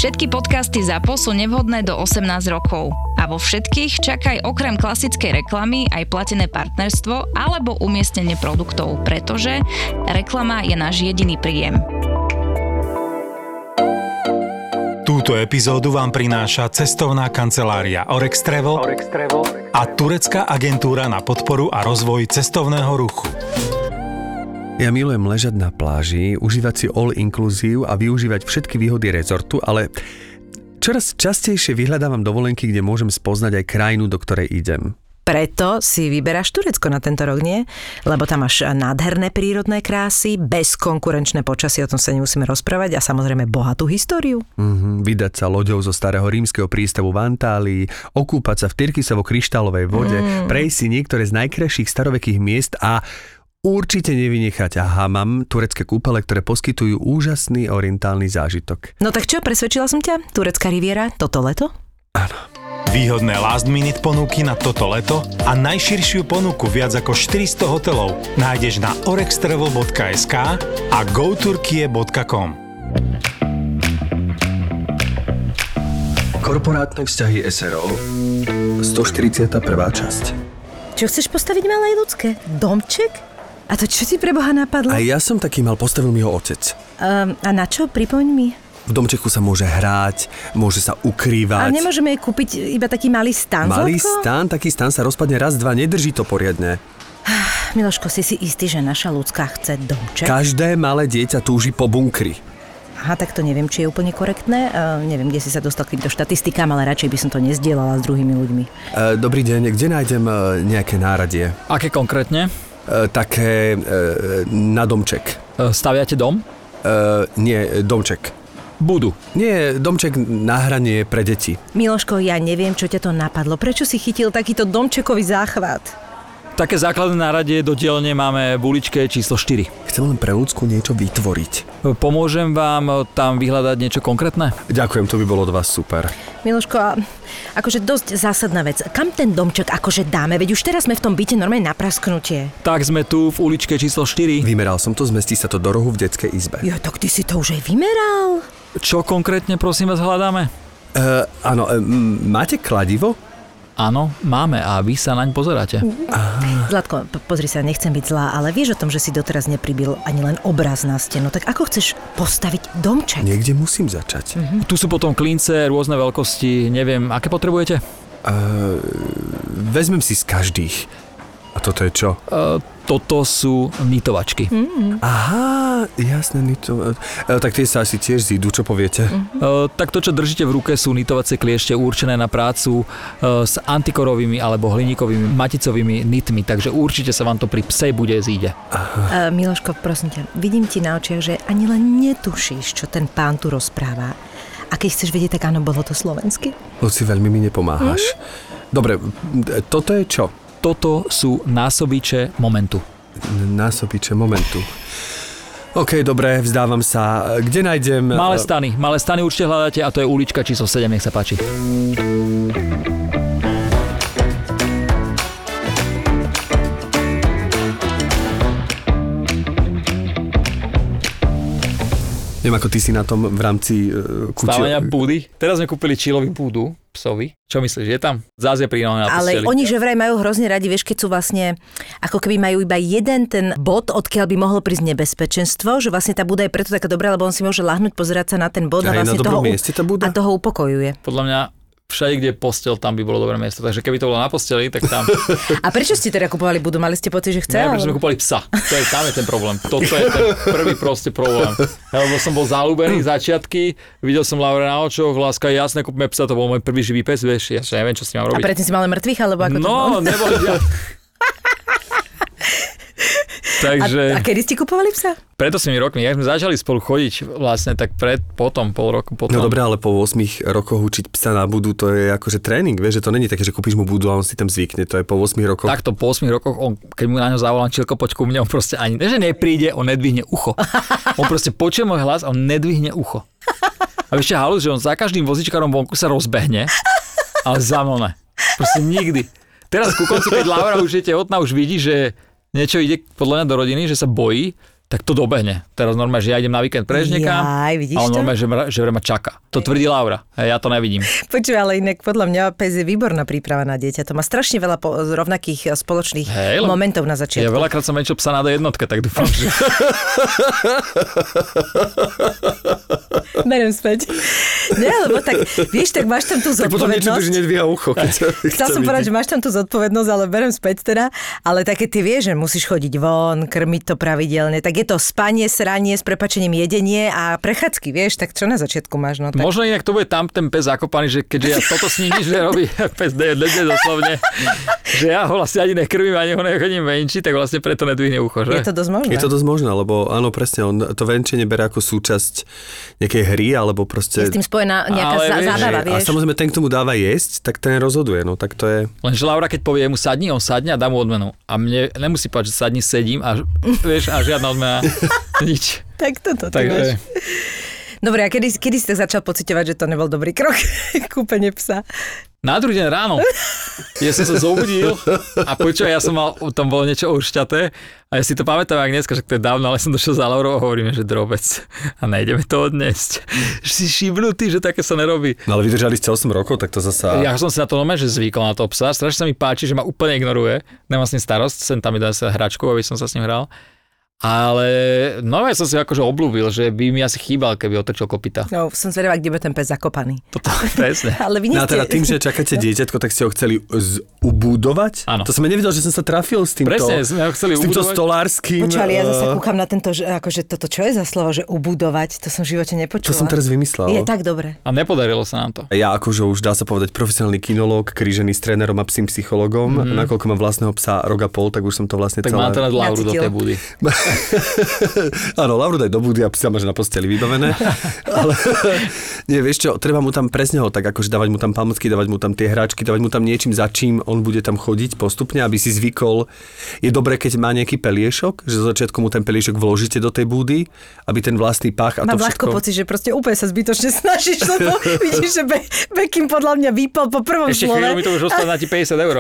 Všetky podcasty ZAPO sú nevhodné do 18 rokov. A vo všetkých čakaj okrem klasickej reklamy aj platené partnerstvo alebo umiestnenie produktov, pretože reklama je náš jediný príjem. Túto epizódu vám prináša cestovná kancelária Orex Travel a turecká agentúra na podporu a rozvoj cestovného ruchu. Ja milujem ležať na pláži, užívať si all inclusive a využívať všetky výhody rezortu, ale čoraz častejšie vyhľadávam dovolenky, kde môžem spoznať aj krajinu, do ktorej idem. Preto si vyberáš Turecko na tento rok, nie? Lebo tam máš nádherné prírodné krásy, bezkonkurenčné počasie, o tom sa nemusíme rozprávať, a samozrejme bohatú históriu. Vydať sa loďou zo starého rímskeho prístavu v Antálii, okúpať sa v tyrkysovo-kryštálovej vode, prejsť si niektoré z najkrajších starovekých miest a určite nevynechať hamam, turecké kúpele, ktoré poskytujú úžasný orientálny zážitok. No tak čo, presvedčila som ťa? Turecká riviera toto leto? Áno. Výhodné last minute ponuky na toto leto a najširšiu ponuku viac ako 400 hotelov nájdeš na orextravel.sk a goturkie.com. Korporátne vzťahy SRO 141. časť. Čo chceš postaviť, malé ľudské? Domček? A to čo ti pre Boha napadlo? A ja som taký mal, postavil mi ho otec. A na čo? Pripoň mi. V domčeku sa môže hrať, môže sa ukrývať. A nemôžeme kúpiť iba taký malý stan, Malý Zlatko? stan, taký stan sa rozpadne raz, dva, nedrží to poriadne. Miloško, si istý, že naša ľudská chce domček? Každé malé dieťa túži po bunkri. Aha, tak to neviem, či je úplne korektné. Neviem, kde si sa dostal k týmto štatistikám, ale radšej by som to nezdielala s druhými ľuďmi. Dobrý deň, kde nájdem nejaké náradie? Aké konkrétne? Také na domček. Staviate dom? Nie, domček. Budú. Nie, domček na hranie pre deti. Miloško, ja neviem, čo ťa to napadlo. Prečo si chytil takýto domčekový záchvat? Také základné náradie do dielne máme v uličke číslo 4. Chcem len pre ľudsku niečo vytvoriť. Pomôžem vám tam vyhľadať niečo konkrétne? Ďakujem, to by bolo od vás super. Miloško, akože dosť zásadná vec. Kam ten domček akože dáme? Veď už teraz sme v tom byte normálne na prasknutie. Tak sme tu v uličke číslo 4. Vymeral som to, zmestí sa to do rohu v detskej izbe. Jo, tak ty si to už aj vymeral. Čo konkrétne, prosím vás, hľadáme? Áno, máte kladivo? Áno, máme a vy sa naň pozeráte. Zlatko, pozri sa, nechcem byť zlá, ale vieš o tom, že si doteraz nepribil ani len obraz na stenu. Tak ako chceš postaviť domček? Niekde musím začať. Tu sú potom klince, rôzne veľkosti, neviem, aké potrebujete? Vezmem si z každých. A toto je čo? Toto sú nitovačky. Aha, jasné, tak tie sa asi tiež zídu, čo poviete? Tak to, čo držíte v ruke, sú nitovacie kliešte určené na prácu s antikorovými alebo hliníkovými maticovými nitmi, takže určite sa vám to pri pse bude zíde. Miloško, prosím ťa, vidím ti na očiach, že ani len netušíš, čo ten pán tu rozpráva. A keď chceš vedieť, tak áno, bolo to slovensky? Luci, veľmi mi nepomáhaš. Dobre, toto je čo? Toto sú násobiče momentu. Násobiče momentu. OK, dobre, vzdávam sa. Kde nájdem... Malé stany určite hľadáte a to je ulička číslo 7, nech sa páči. Neviem, ako ty si na tom v rámci Stávania búdy. Teraz sme kúpili čilový búdu psovi. Čo myslíš, je tam? Zás je príjemné na posteli. Ale oni že vraj majú hrozne radi, vieš, keď sú vlastne, ako keby majú iba jeden ten bod, odkiaľ by mohlo prísť nebezpečenstvo, že vlastne tá búda je preto taká dobrá, lebo on si môže ľahnúť, pozerať sa na ten bod a vlastne toho, mieste tá búda? A toho upokojuje. Podľa mňa všade, kde je posteľ, tam by bolo dobré miesto. Takže keby to bolo na posteli, tak tam... A prečo ste teda kupovali budu? Mali ste pocit, že chceli? Nie, prečo sme kúpali psa. Tam je ten problém. Toto je ten prvý proste problém. Lebo som bol zalúbený začiatky, videl som Laure na očoch, láska, jasné, kúpme psa, to bol môj prvý živý pes, vieš, ja neviem, čo s ním mám robiť. A predtým si mal mŕtvych, alebo ako to bolo? No, neboli. Takže... A kedy ste kupovali psa? Pred 8 rokmi, jak sme začali spolu chodiť vlastne, tak potom, pol roku potom. No dobré, ale po 8 rokoch učiť psa na budu, to je akože tréning, vieš, že to není také, že kúpiš mu budu a on si tam zvykne, to je po 8 rokoch. Takto po 8 rokoch, keď mu na ňo zavolám Čilko, poď ku mne, on proste ani, že nepríde, on nedvihne ucho. On proste počuje môj hlas a on nedvihne ucho. A ešte halus, že on za každým vozičkárom vonku sa rozbehne, ale za mnou ne. Proste nikdy. Teraz ku koncu, keď Laura už je tehotná, už vidí, že niečo ide podľa mňa do rodiny, že sa bojí, tak to dobehne. Teraz normálne, že ja idem na víkend preč niekam vidíš a on to? normálne, že ma čaká. To tvrdí Laura. Ja to nevidím. Počuj, ale inak podľa mňa pes je výborná príprava na dieťa. To má strašne veľa rovnakých spoločných momentov na začiatku. Ja veľakrát som menšil psa na D1, tak dúfam, že... Berem späť. Nie, lebo tak, vieš, tak máš tam tú zodpovednosť. Tak potom niečo, že nedvíha ucho. Chcel som povedať, že máš tam tú zodpovednosť, ale berem späť teda. Ale také ty vieš, že musíš chodiť von, krmiť to pravidelne. Tak je to spanie, sranie, s prepáčením jedenie a prechádzky, vieš, tak čo na začiatku máš? No, tak... Možno inak to bude tam ten pes zakopaný, že keďže ja toto s ním nič nerobí, pes D1 doslovne, že ja ho vlastne ani nekrmím, ani ho nechodím venčiť, tak vlastne preto nedvihne ucho, že? Je to dosť možné. Je to dosť možné, lebo áno, presne, on to venčenie bere ako súčasť nejakej hry, alebo proste... Je s tým spojená nejaká zábava, vieš. A samozrejme ten, kto mu dáva jesť, tak ten rozhoduje, no tak to je... Lenže Laura, keď povie mu sadni, on sadne a dá mu odmenu. A mne nemusí povedať, že sadni, sedím a vieš, a žiadna odmena, nič. Tak toto ty máš. Dobre, a kedy si tak začal pociťovať, že to nebol dobrý krok, kúpenie psa? Na druhý deň ráno. Ja som sa zobudil a počuj, ja som mal, tam bolo niečo uršťaté a ja si to pamätám jak dneska, že to je dávno, ale som došiel za Laurou a hovoríme, že drobec a nejdeme to odniesť. Že si šibnutý, že také sa nerobí. No ale vydržali ste 8 rokov, tak to zasa... Ja som si na to normálne, že zvykol na to psa. Strašne sa mi páči, že ma úplne ignoruje. Nemám s ním starosť, sem tam mi dá sa hračku, aby som sa s ním hral. Ale no ja som si akože obľúbil, že by mi asi chýbal, keby otočil kopyta. No, som zvedavá, kde bude ten pes zakopaný. Toto presne. Ale vy no a teda tým, že čakáte dieťatko, tak ste ho chceli ubudovať? Áno. To som nevedel, že som sa trafil s týmto. Presne, sme ho chceli ubudovať. S týmto stolárským. Počúvali, ja zase kúkam na tento, že akože toto čo je za slovo, že ubudovať, to som v živote nepočula. To som teraz vymyslel. Je tak dobre. A nepodarilo sa nám to. Ja akože už dá sa povedať profesionálny kinológ, krížený s trénerom a psím psychologom. Nakoľko mám vlastného psa rok a pol, tak už som to vlastne tak celé... mám teraz Lauru do tej budy. Áno, Lauru daj do budy a psa máš na posteli vybavené. Ale nie, vieš čo, treba mu tam presne ho tak akože dávať mu tam pamätky, dávať mu tam tie hračky, dávať mu tam niečím, za čím on bude tam chodiť postupne, aby si zvykol. Je dobré, keď má nejaký peliešok, že zo začiatku mu ten peliešok vložíte do tej búdy, aby ten vlastný pach a to všetko. Mám ľahko pocit, že proste úplne sa zbytočne snažíš, lebo vidíš, že Bekim podľa mňa vypal po prvom ešte slove. Ešte chvíľu mi to už ostane na ti 50 eur.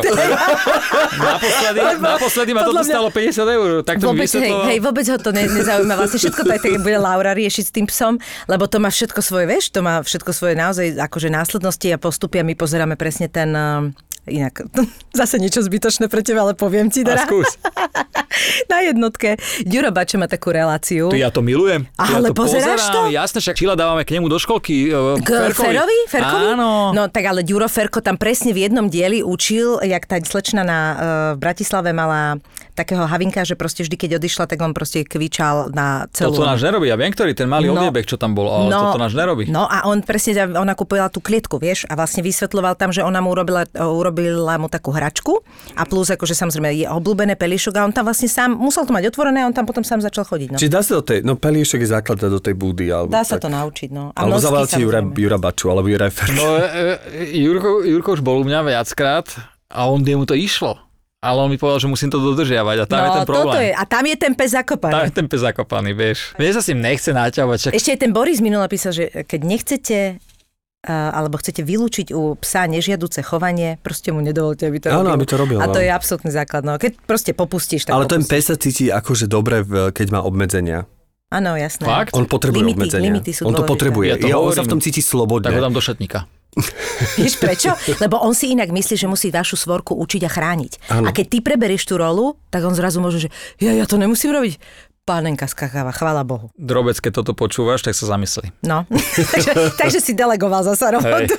Naposledy ma toto stalo 50 eur. Tak to vôbec, hej, vôbec ho to nezaujíma. Vlastne všetko to aj tak bude Laura riešiť s tým psom, lebo to má všetko svoje, vieš, to má všetko svoje naozaj akože následnosti a postupy a my pozeráme presne ten... Inak, zase niečo zbytočné pre teba, ale poviem ti teda. A skús. Na jednotke. Ďuro Bačo má takú reláciu. Ja to milujem. Ale pozeráš to? Jasne, však Čila dávame k nemu do školky. K Ferovi? Ferkovi? Áno. No tak ale Ďuro Ferko tam presne v jednom dieli učil, jak tá slečna v Bratislave mala takého havinka, že proste vždy, keď odišla, tak on proste kvičal na celú... Toto náš nerobí. Ja viem, ktorý ten malý odjebek, čo tam bol, ale toto náš nerobí. No a on presne, ona kúpila tú klietku, vieš, a vlastne vysvetľoval tam, že ona mu urobila mu takú hračku a plus akože samozrejme je obľúbené peliešok a on tam vlastne sám, musel to mať otvorené a on tam potom sám začal chodiť. No. Čiže dá sa do tej, no peliešok je základ do tej búdy. Alebo dá sa tak. To naučiť, no. A alebo zavoláte Jura Baču, alebo Juraj Ferko. No, Jurko už bol u mňa viackrát a jemu to išlo. Ale on mi povedal, že musím to dodržiavať a tam je ten problém. Toto je. A tam je ten pes zakopaný. Tam je ten pes zakopaný, vieš. Mne sa s tým nechce naťahovať. Však... Ešte aj ten Boris minule písal, že keď nechcete alebo chcete vylúčiť u psa nežiaduce chovanie, proste mu nedovolte, aby to robil. Áno, aby to robil. A to je absolútny základ. No. Keď proste popustíš, tak ale popustíš. ten pes sa cíti akože dobre, keď má obmedzenia. Áno, jasné. Fakt? On potrebuje obmedzenia. Limity sú on to potrebuje. On sa v tom cíti slobodne. Tak ho dám do šatníka. Vieš prečo? Lebo on si inak myslí, že musí vašu svorku učiť a chrániť. Ano. A keď ty preberieš tú rolu, tak on zrazu môže, že ja to nemusím robiť. Pánenka skakáva, chvála Bohu. Drobec, keď toto počúvaš, tak sa zamyslí. No, takže si delegoval zasa robotu.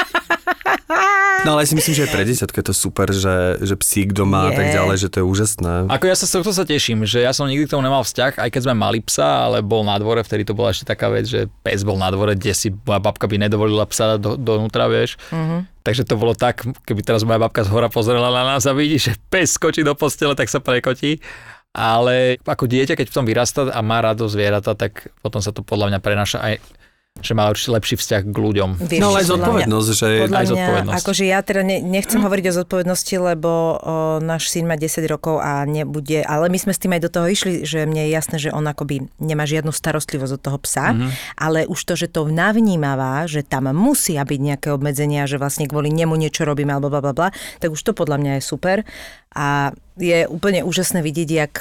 No ale ja si myslím, že aj pre dieťatko je to super, že psík doma a tak ďalej, že to je úžasné. Ako ja sa z tohto sa teším, že ja som nikdy k tomu nemal vzťah, aj keď sme mali psa, ale bol na dvore, vtedy to bola ešte taká vec, že pes bol na dvore, kde si moja babka by nedovolila psa donútra, vieš. Takže to bolo tak, keby teraz moja babka zhora pozrela na nás a vidí, že pes skočí do postele, tak sa prekotí. Ale ako dieťa, keď v tom vyrastá a má rado zvieratá, tak potom sa to podľa mňa prenáša aj, že má určite lepší vzťah k ľuďom. Vieš, no ale aj zodpovednosť, že podľa aj zodpovednosť. Akože ja teda nechcem hovoriť o zodpovednosti, lebo náš syn má 10 rokov a nebude, ale my sme s tým aj do toho išli, že mne je jasné, že on akoby nemá žiadnu starostlivosť od toho psa, ale už to, že to navnímava, že tam musia byť nejaké obmedzenia, že vlastne kvôli nemu niečo robíme alebo blablabla, tak už to podľa mňa je super a je úplne úžasné vidieť, jak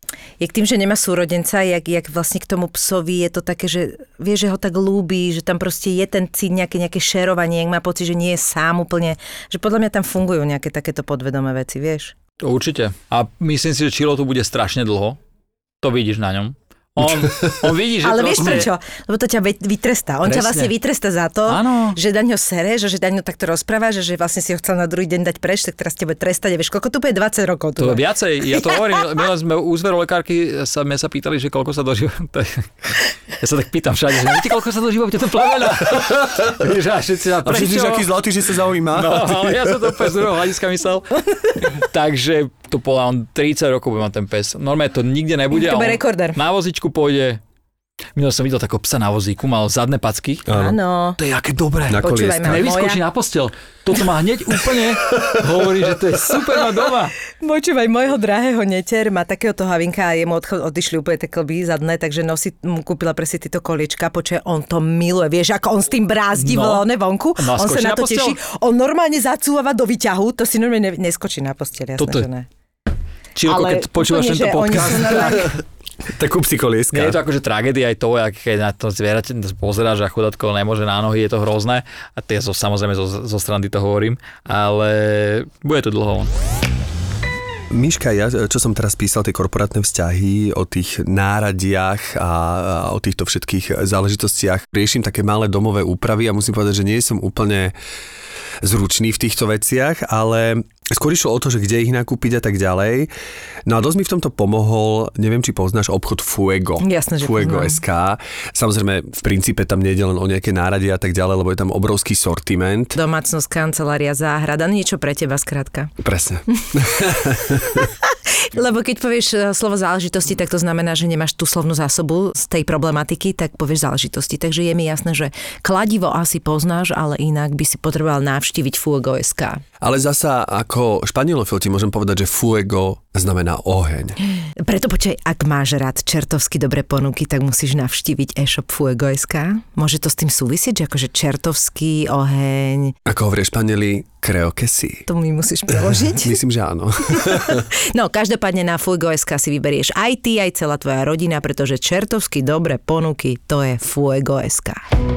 Je k tým, že nemá súrodenca, jak vlastne k tomu psovi je to také, že vie, že ho tak ľúbi, že tam proste je ten cít, nejaké šerovanie, jak má pocit, že nie je sám úplne, že podľa mňa tam fungujú nejaké takéto podvedomé veci, vieš? Určite. A myslím si, že Čilo tu bude strašne dlho. To vidíš na ňom. On vidí, že ale proste... vieš prečo? Lebo to ťa vytrestá. On ťa vlastne vytrestá za to, že daň ho sere, že daň ho takto rozpráva, že vlastne si ho chcel na druhý deň dať preč, tak teraz te bude trestať. Vieš, koľko tu bude 20 rokov? To je viacej. Ja to hovorím. My sme u zverolekárky sa pýtali, že koľko sa dožíva. Ja sa tak pýtam všade, že viete, koľko sa dožíva to pleveľa? A všetci aký zlatý, že sa zaujíma. No, ja som to úplne z druhého hľadiska myslel. Takže to povedal, on 30 rokov bude mať ten pes. Normálne to nikde nebude. To bude rekordár. Na vozičku pôjde. Minul som videl takého psa na vozíku, mal zadné packy. Áno. To je aké dobré. Na kolieska. Nevyskočí na posteľ. Toto má hneď úplne hovorí, že to je super na doma. Počúvaj, môjho drahého neter má takéhoto havinka a jemu odišli úplne tie klby zadné, takže mu kúpila presne tieto koliečka, počuje, on to miluje, vieš, ako on s tým brázdi vonku, no, on sa na to teší, on normálne zacúva do výťahu, to si normálne neskočí na posteľ, jasné, toto že ne. Čilko, keď počúvaš tento podcast, tak kúp si kolieska. Nie je to akože tragédia aj to, keď na to zviera pozeráš a chudátko nemôže na nohy, je to hrozné. A to ja samozrejme zo strany to hovorím, ale bude to dlho. Miška, ja, čo som teraz písal, tie korporátne vzťahy, o tých náradiach a o týchto všetkých záležitostiach, riešim také malé domové úpravy a musím povedať, že nie som úplne zručný v týchto veciach, ale skôr išlo o to, že kde ich nakúpiť a tak ďalej. No a dosť mi v tomto pomohol, neviem, či poznáš obchod Fuego. Jasné, že Fuego.sk. Samozrejme, v princípe tam nie je len o nejaké náradie a tak ďalej, lebo je tam obrovský sortiment. Domácnosť, kancelária, záhrada, niečo pre teba skrátka. Presne. Lebo keď povieš slovo záležitosti, tak to znamená, že nemáš tú slovnú zásobu z tej problematiky, tak povieš záležitosti. Takže je mi jasné, že kladivo asi poznáš, ale inak by si potreboval navštíviť Fuego.sk. Ale zasa ako španielofil ti môžem povedať, že Fuego znamená oheň. Preto počkaj, ak máš rád čertovsky dobré ponuky, tak musíš navštíviť e-shop Fuego.sk. Môže to s tým súvisieť, že akože čertovský oheň. Ako hovorí Španieli, creo que sí. To mi musíš preložiť. Myslím, že áno. No, každopádne na Fuego.sk si vyberieš aj ty, aj celá tvoja rodina, pretože čertovsky dobré ponuky, to je Fuego.sk.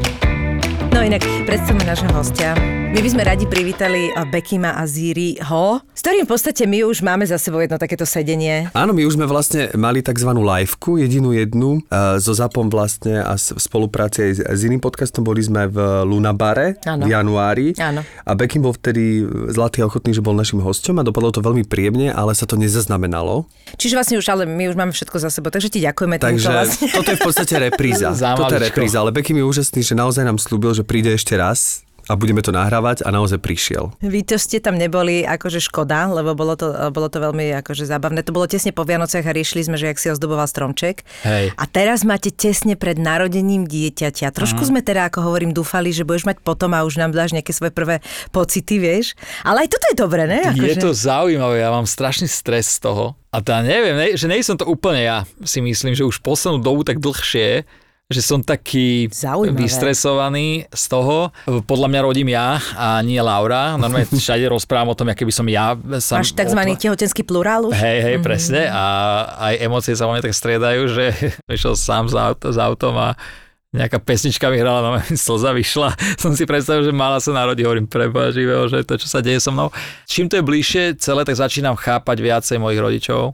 No inak, predstavme nášho hostia. My by sme radi privítali Bekima a Zíriho, s ktorým v podstate my už máme za sebou jedno takéto sedenie. Áno, my už sme vlastne mali takzvanú liveku, jednu so Zapom vlastne a v spolupráci aj s iným podcastom. Boli sme v Lunabare v januári. Áno. A Bekim bol vtedy zlatý a ochotný, že bol našim hosťom a dopadlo to veľmi príjemne, ale sa to nezaznamenalo. Čiže vlastne ale my už máme všetko za sebou, takže ti ďakujeme. Takže vlastne. Toto je v podstate repríza. Toto je repríza, ale Bekim je úžasný, že naozaj nám slúbil, že príde ešte raz a budeme to nahrávať a naozaj prišiel. Vy to ste tam neboli akože škoda, lebo bolo to veľmi akože zábavné. To bolo tesne po Vianociach a riešili sme, že jak si ozdoboval stromček. Hej. A teraz máte tesne pred narodením dieťaťa. Trošku sme teda, ako hovorím, dúfali, že budeš mať potom a už nám dáš nejaké svoje prvé pocity, vieš. Ale aj toto je dobré, ne? Je to zaujímavé, ja mám strašný stres z toho. A teda neviem, že nie som to úplne ja. Si myslím, že už poslednú dobu tak dlhšie, že som taký vystresovaný z toho. Podľa mňa rodím ja a nie Laura. Normálne všade rozprávam o tom, aké by som ja sám... Máš takzvaný tehotenský plurál už? Hej, presne. A aj emócie sa vo mne tak striedajú, že vyšiel sám z autom a nejaká pesnička mi hrala, no slza vyšla. Som si predstavil, že mala sa narodiť, hovorím preboha živého, že to, čo sa deje so mnou. Čím to je bližšie celé, tak začínam chápať viacej mojich rodičov,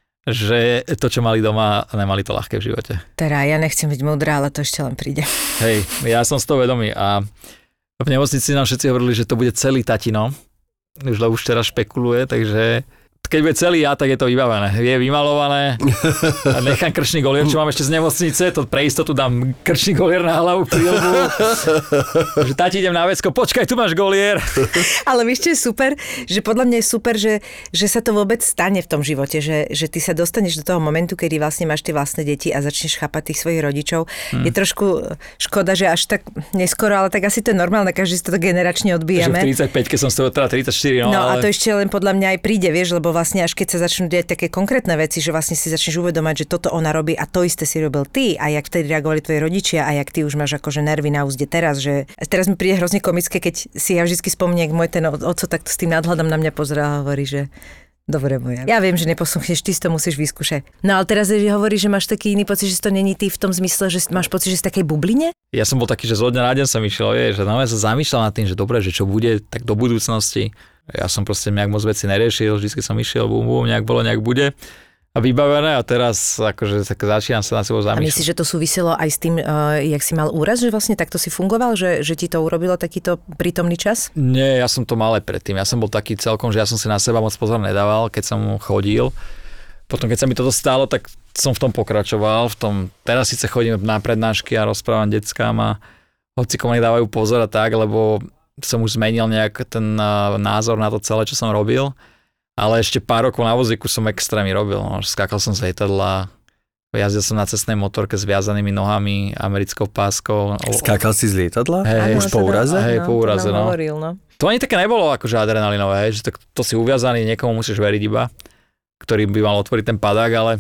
že to, čo mali doma, nemali to ľahké v živote. Teda ja nechcem byť múdra, ale to ešte len príde. Hej, ja som z toho vedomý a v nemocnici nám všetci hovorili, že to bude celý tatino. Už teraz špekuluje, takže keď bude celý ja, tak je to vybavené. Je vymalované. A nechám krčný golier, čo mám ešte z nemocnice, to pre istotu dám krčný golier na hlavu, prílbu. Že tati, idem na vecko, počkaj, tu máš golier. Ale vieš, čo je super? Že podľa mňa je super, že sa to vôbec stane v tom živote, že ty sa dostaneš do toho momentu, kedy vlastne máš tie vlastné deti a začneš chápať tých svojich rodičov. Je trošku škoda, že až tak neskoro, ale tak asi to je normálne, každý si to generačne odbijame. Že v 35, keď som z toho teda 34, no ale... a to ešte len podľa mňa aj príde, vieš, lebo vlastne až keď sa začnú diať také konkrétne veci, že vlastne si začneš uvedomať, že toto ona robí a to isté si robil ty a jak vtedy reagovali tvoji rodičia a jak ty už máš akože nervy na úzde teraz, že teraz mi príde hrozne komické, keď si ja vždycky spomínam, jak môj ten oco takto s tým nadhľadom na mňa pozerá a hovorí, že Dobre moja. Ja viem, že neposluchneš, ty si to musíš vyskúšať. No ale teraz hovoríš, že máš taký iný pocit, že to není ty v tom zmysle, že máš pocit, že si v takej bubline? Ja som bol taký, že zo dňa na deň som išiel, že ja sa zamýšľal nad tým, že dobre, že čo bude, tak do budúcnosti. Ja som proste nejak moc veci neriešil, vždy som išiel, bum, nejak bolo, nejak bude. A vybavené a teraz akože začínam sa na sebou zamýšľať. A myslíš, že to súviselo aj s tým, jak si mal úraz, že vlastne takto si fungoval, že ti to urobilo takýto prítomný čas? Nie, ja som to mal aj predtým. Ja som bol taký celkom, že ja som si na seba moc pozor nedával, keď som chodil. Potom, keď sa mi toto stalo, tak som v tom pokračoval. Teraz síce chodím na prednášky a rozprávam deckám a hoci komu dávajú pozor a tak, lebo som už zmenil nejak ten názor na to celé, čo som robil. Ale ešte pár rokov na vozíku som extrémne robil. No. Skákal som z lietadla, jazdil som na cestnej motorke s viazanými nohami, americkou páskou. Skákal si z lietadla? Hej, už po úraze? Hej, po úraze, no. Hovoril, no. To ani také nebolo akože adrenalinové, hej, že to si uviazaný, niekomu musíš veriť iba, ktorý by mal otvoriť ten padák, ale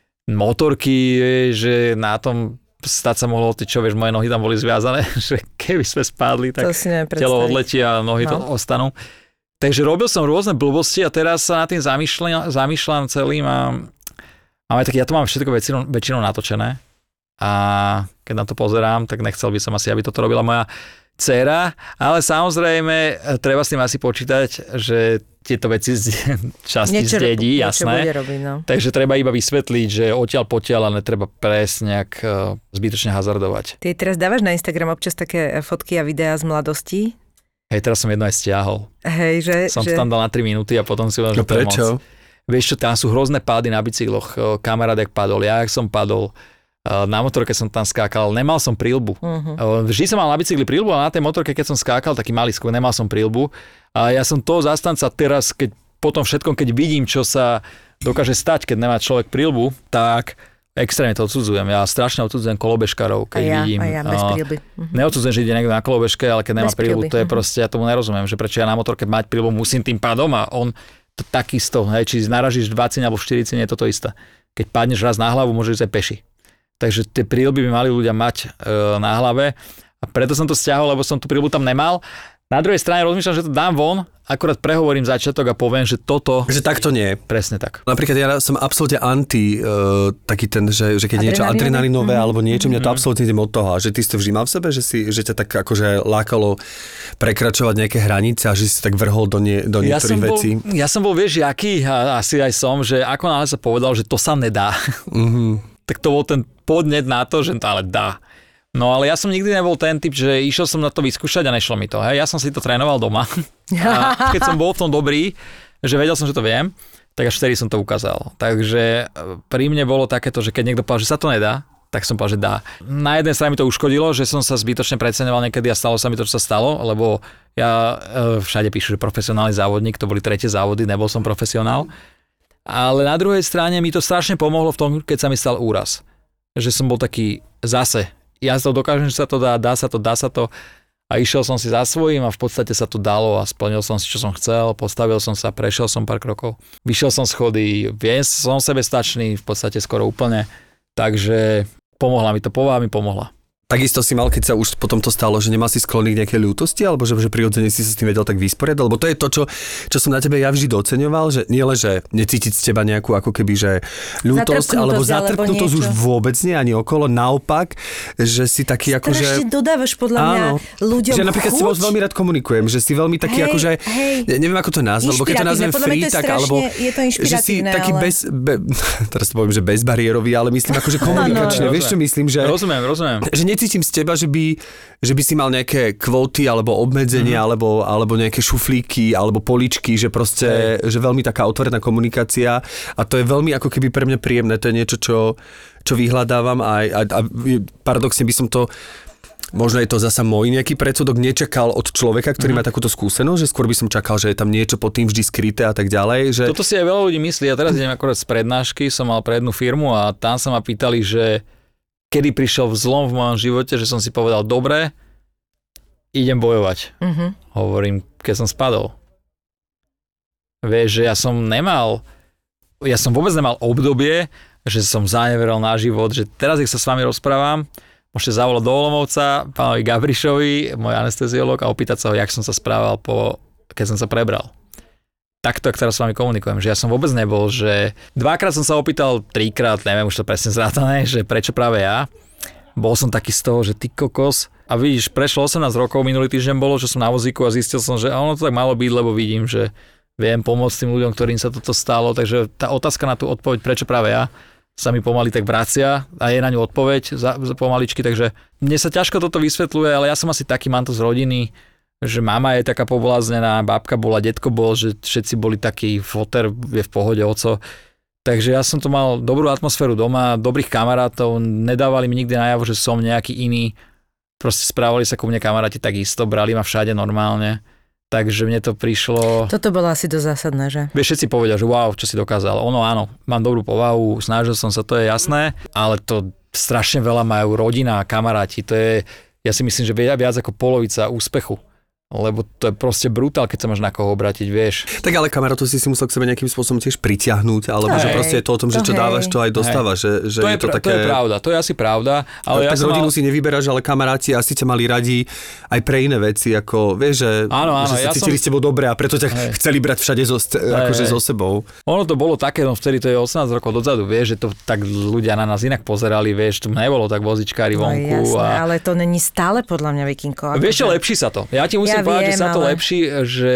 motorky, že na tom stať sa mohlo, ty čo vieš, moje nohy tam boli zviazané, že keby sme spadli, tak telo odletí a nohy to ostanú. Takže robil som rôzne blbosti a teraz sa nad tým zamýšľam celým a máme taký, ja to mám všetko väčšinou natočené a keď na to pozerám, tak nechcel by som asi, aby toto robila moja dcéra, ale samozrejme treba s tým asi počítať, že tieto veci časti zdedí, jasné. Robiť, no. Takže treba iba vysvetliť, že odtiaľ potiaľ, ale netreba presne nejak zbytočne hazardovať. Ty teraz dávaš na Instagram občas také fotky a videá z mladosti? Hej, teraz som jedno aj stiahol. Hej, že... Som to tam dal na 3 minúty a potom si uvedal, že to je moc. Vieš čo, tam sú hrozné pády na bicykloch. Kamarát jak padol, ja jak som padol. Na motorke som tam skákal, nemal som príľbu. Vždy som mal na bicykli príľbu, ale na tej motorke, keď som skákal, taký malý skôr, nemal som príľbu. A ja som toho zastanca teraz, keď potom všetkom, keď vidím, čo sa dokáže stať, keď nemá človek príľbu, tak extrémne to odsudzujem. Ja strašne odsudzujem kolobežkarov, keď vidím. A ja bez príľby. Neodsudzujem, že ide niekto na kolobežke, ale keď nemá príľbu, to je proste, ja tomu nerozumiem, že prečo ja na motorke mať príľbu musím tým pádom a on to takisto, hej, či naražíš 20 alebo 40, je to isté. Keď padneš raz na hlavu, môžeš ísť aj peši. Takže tie príľby by mali ľudia mať na hlave a preto som to stiahol, lebo som tú príľbu tam nemal. Na druhej strane rozmýšľam, že to dám von, akurát prehovorím začiatok a poviem, že toto... Že takto nie. Presne tak. Napríklad ja som absolútne anti taký ten, že keď niečo adrenalinové alebo niečo, mňa to absolútne idem od toho. A že ty si to vždy mal v sebe, že ťa tak akože lákalo prekračovať nejaké hranice a že si tak vrhol do niektorých vecí. Ja som bol, vieš, jaký, a asi aj som, že ako náhle sa povedal, že to sa nedá. Tak to bol ten podnet na to, že to ale dá. No ale ja som nikdy nebol ten typ, že išiel som na to vyskúšať a nešlo mi to. Hej. Ja som si to trénoval doma. A keď som bol v tom dobrý, že vedel som, že to viem, tak až vtedy som to ukázal. Takže pri mne bolo takéto, že keď niekto povedal, že sa to nedá, tak som povedal, že dá. Na jednej strane mi to uškodilo, že som sa zbytočne preceňoval niekedy a stalo sa mi to, čo sa stalo, lebo ja všade píšu, že profesionálny závodník, to boli tretie závody, nebol som profesionál. Ale na druhej strane mi to strašne pomohlo v tom, keď sa mi stal úraz. Že som bol taký zase, ja to dokážem, že sa to dá sa to a išiel som si za svojím a v podstate sa to dalo a splnil som si, čo som chcel, postavil som sa, prešiel som pár krokov, vyšiel som schody, som sebestačný v podstate skoro úplne, takže pomohla mi to, povaha mi pomohla. Takisto si mal, keď sa už potom to stalo, že nemal si sklony k nejakej ľútosti, alebo že prirodzene si sa s tým vedel tak vysporiadať, lebo to je to, čo som na tebe ja vždy doceňoval, že nie len, že necítiť z teba nejakú ako keby, že ľútosť, alebo zatrpnutosť už vôbec nie, ani okolo, naopak, že si taký ako, že... Strašne dodávaš podľa mňa ľuďom že napríklad chuť. Si moc veľmi rád komunikujem, že si veľmi taký ako, že neviem ako to nazvať, lebo keď to nazvem free, tak alebo že si taký teraz to poviem, že bezbariérový, ale myslím ako, že komunikačne, vieš čo myslím, že rozumiem. Že necítim z teba, že by si mal nejaké kvóty alebo obmedzenia alebo nejaké šuflíky alebo poličky, že proste, že veľmi taká otvorená komunikácia a to je veľmi ako keby pre mňa príjemné, to je niečo, čo vyhľadávam a paradoxne by som to, možno je to zasa môj nejaký predsudok, nečakal od človeka, ktorý má takúto skúsenosť, že skôr by som čakal, že je tam niečo pod tým vždy skryté a tak ďalej. Že... Toto si aj veľa ľudí myslí, ja teraz idem akorát z prednášky, som mal pre jednu firmu a tam sa ma pýtali, že kedy prišiel zlom v mojom živote, že som si povedal, dobre, idem bojovať. Hovorím, keď som spadol. Vieš, že ja som vôbec nemal obdobie, že som zaneveril na život, že teraz, keď sa s vami rozprávam, môžete zavolať do Olomouca, pánovi Gabrišovi, môj anesteziológ, a opýtať sa ho, jak som sa správal, keď som sa prebral. takto, ak teraz s vami komunikujem, že ja som vôbec nebol, že 2-krát som sa opýtal, 3-krát, neviem už to presne zrátané, že prečo práve ja. Bol som taký z toho, že ty kokos. A vidíš, prešlo 18 rokov, minulý týždeň bolo, že som na vozíku a zistil som, že ono to tak malo byť, lebo vidím, že viem pomôcť tým ľuďom, ktorým sa toto stalo. Takže tá otázka na tú odpoveď, prečo práve ja, sa mi pomaly tak vracia a je na ňu odpoveď za pomaličky. Takže mne sa ťažko toto vysvetľuje, ale ja som asi taký, mám to z rodiny, že mama je taká pobláznená, babka bola, detko bol, že všetci boli takí, foter je v pohode, oco. Takže ja som to mal dobrú atmosféru doma, dobrých kamarátov, nedávali mi nikdy najavo, že som nejaký iný. Proste správali sa ku mne kamaráti takisto, brali ma všade normálne. Takže mne to prišlo... Toto bolo asi dosť zásadné, že? Vieš, všetci povedia, že wow, čo si dokázal. Ono áno, mám dobrú povahu, snažil som sa, to je jasné, ale to strašne veľa majú rodina, kamaráti. To je, ja si myslím, že viac ako polovica úspechu. Lebo to je proste brutál, keď sa máš na koho obrátiť, vieš. Tak ale kamarátov si musel k sebe nejakým spôsobom tiež pritiahnuť, alebo že proste je to o tom, že čo dávaš, to aj dostávaš. Že to je to také... To je pravda, to je asi pravda. Ale tak rodinu si nevyberáš, ale kamaráti asi ťa mali radi aj pre iné veci, ako vieš, že, áno, že sa cítili s tebou dobre a preto ťa chceli brať všade akože so sebou. Ono to bolo také, no vtedy to je 18 rokov dozadu, vieš, že to tak ľudia na nás inak pozerali, vieš, tu nebolo tak vozičkári vonku. Jasné, ale to není stále podľa mňa, Vikinko. Vieš, lepší sa to. Ja ti musím povedať, že sa to lepší, že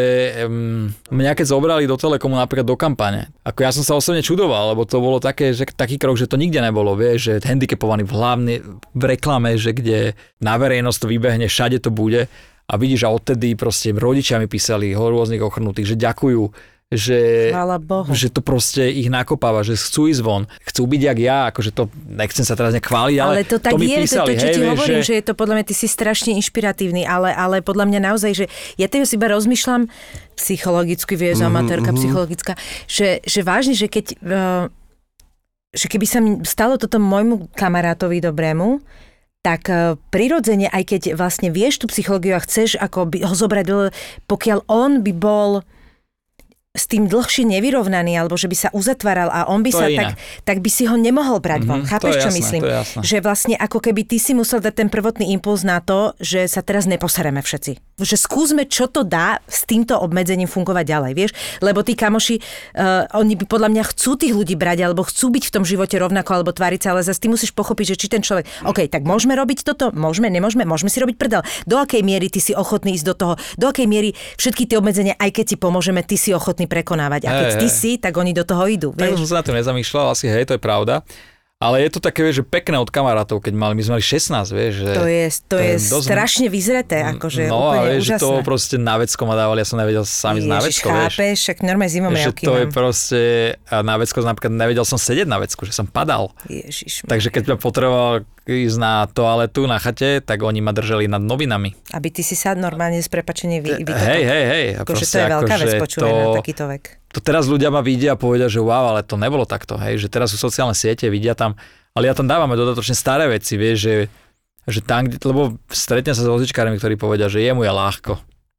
mňa keď zobrali do Telekomu napríklad do kampane, ako ja som sa osobne čudoval, lebo to bolo také, že taký krok, že to nikde nebolo, vieš, že handicapovaný v reklame, že kde na verejnosť to vybehne, všade to bude a vidíš, a odtedy proste rodičia mi písali rôznych ochrnutých, že ďakujú, že to proste ich nakopáva, že chcú ísť von, chcú byť jak ja, akože to nechcem sa teraz chváliť, ale to tak to mi je, písali, to, čo ti hovorím, že je to podľa mňa, ty si strašne inšpiratívny, ale podľa mňa naozaj, že ja teraz iba rozmýšľam psychologicky, vieš, amatérka psychologická, že vážne, že keď že keby sa mi stalo toto môjmu kamarátovi dobrému, tak prirodzene, aj keď vlastne vieš tú psychológiu a chceš ako ho zobrať, pokiaľ on by bol s tým dlhšie nevyrovnaný, alebo že by sa uzatváral a on by sa tak by si ho nemohol brať von. Chápeš, čo myslím? Že vlastne ako keby ty si musel dať ten prvotný impuls na to, že sa teraz neposereme všetci. Že skúsme, čo to dá s týmto obmedzením fungovať ďalej, vieš? Lebo tí kamoši, oni by podľa mňa chcú tých ľudí brať, alebo chcú byť v tom živote rovnako, alebo tváriť sa, ale zase ty musíš pochopiť, že či ten človek, OK, tak môžeme robiť toto, môžeme si robiť prdel. Do akej miery ty si ochotný ísť do toho, do akej miery všetky tie obmedzenia, aj keď si pomôžeme, ty si ochotný prekonávať. A keď ty si, tak oni do toho idú. Tak som sa na to nezamýšľal, asi to je pravda. Ale je to také, vieš, že pekné od kamarátov, keď my sme mali 16, vieš. Že to je strašne vyzreté, akože no, úplne vieš, úžasné. No a to proste na vecko ma dávali, ja som nevedel sám ísť na vecko, vieš. Chápeš, však normálne zimomriavky to je proste, a na vecko napríklad nevedel som sedieť na vecku, že som padal. Ježiš. Takže keď ma potreboval ísť na toaletu na chate, tak oni ma držali nad novinami. Aby ty si sa normálne z prepačenia vytokol. Hej. Akože to je veľká vec, počúvaj na takýto vek. To teraz ľudia ma vidia a povedia, že wow, ale to nebolo takto, hej, že teraz sú sociálne siete, vidia tam, ale ja tam dávame dodatočne staré veci, vieš, že tam, lebo stretnem sa s vozičkármi, ktorí povedia, že jemu je ľahko,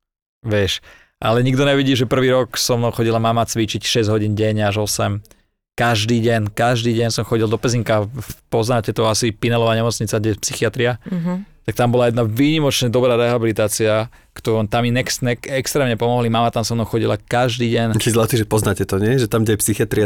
vieš, ale nikto nevidí, že prvý rok so mnou chodila mama cvičiť 6 hodín deň až 8, každý deň som chodil do Pezinka, poznáte to asi Pinelová nemocnica, kde je psychiatria, tak tam bola jedna výnimočne dobrá rehabilitácia, ktorú tam mi extrémne pomohli. Mama tam so mnou chodila každý deň. Taký zlatý, že poznáte to, nie? Že tam, kde je psychiatria.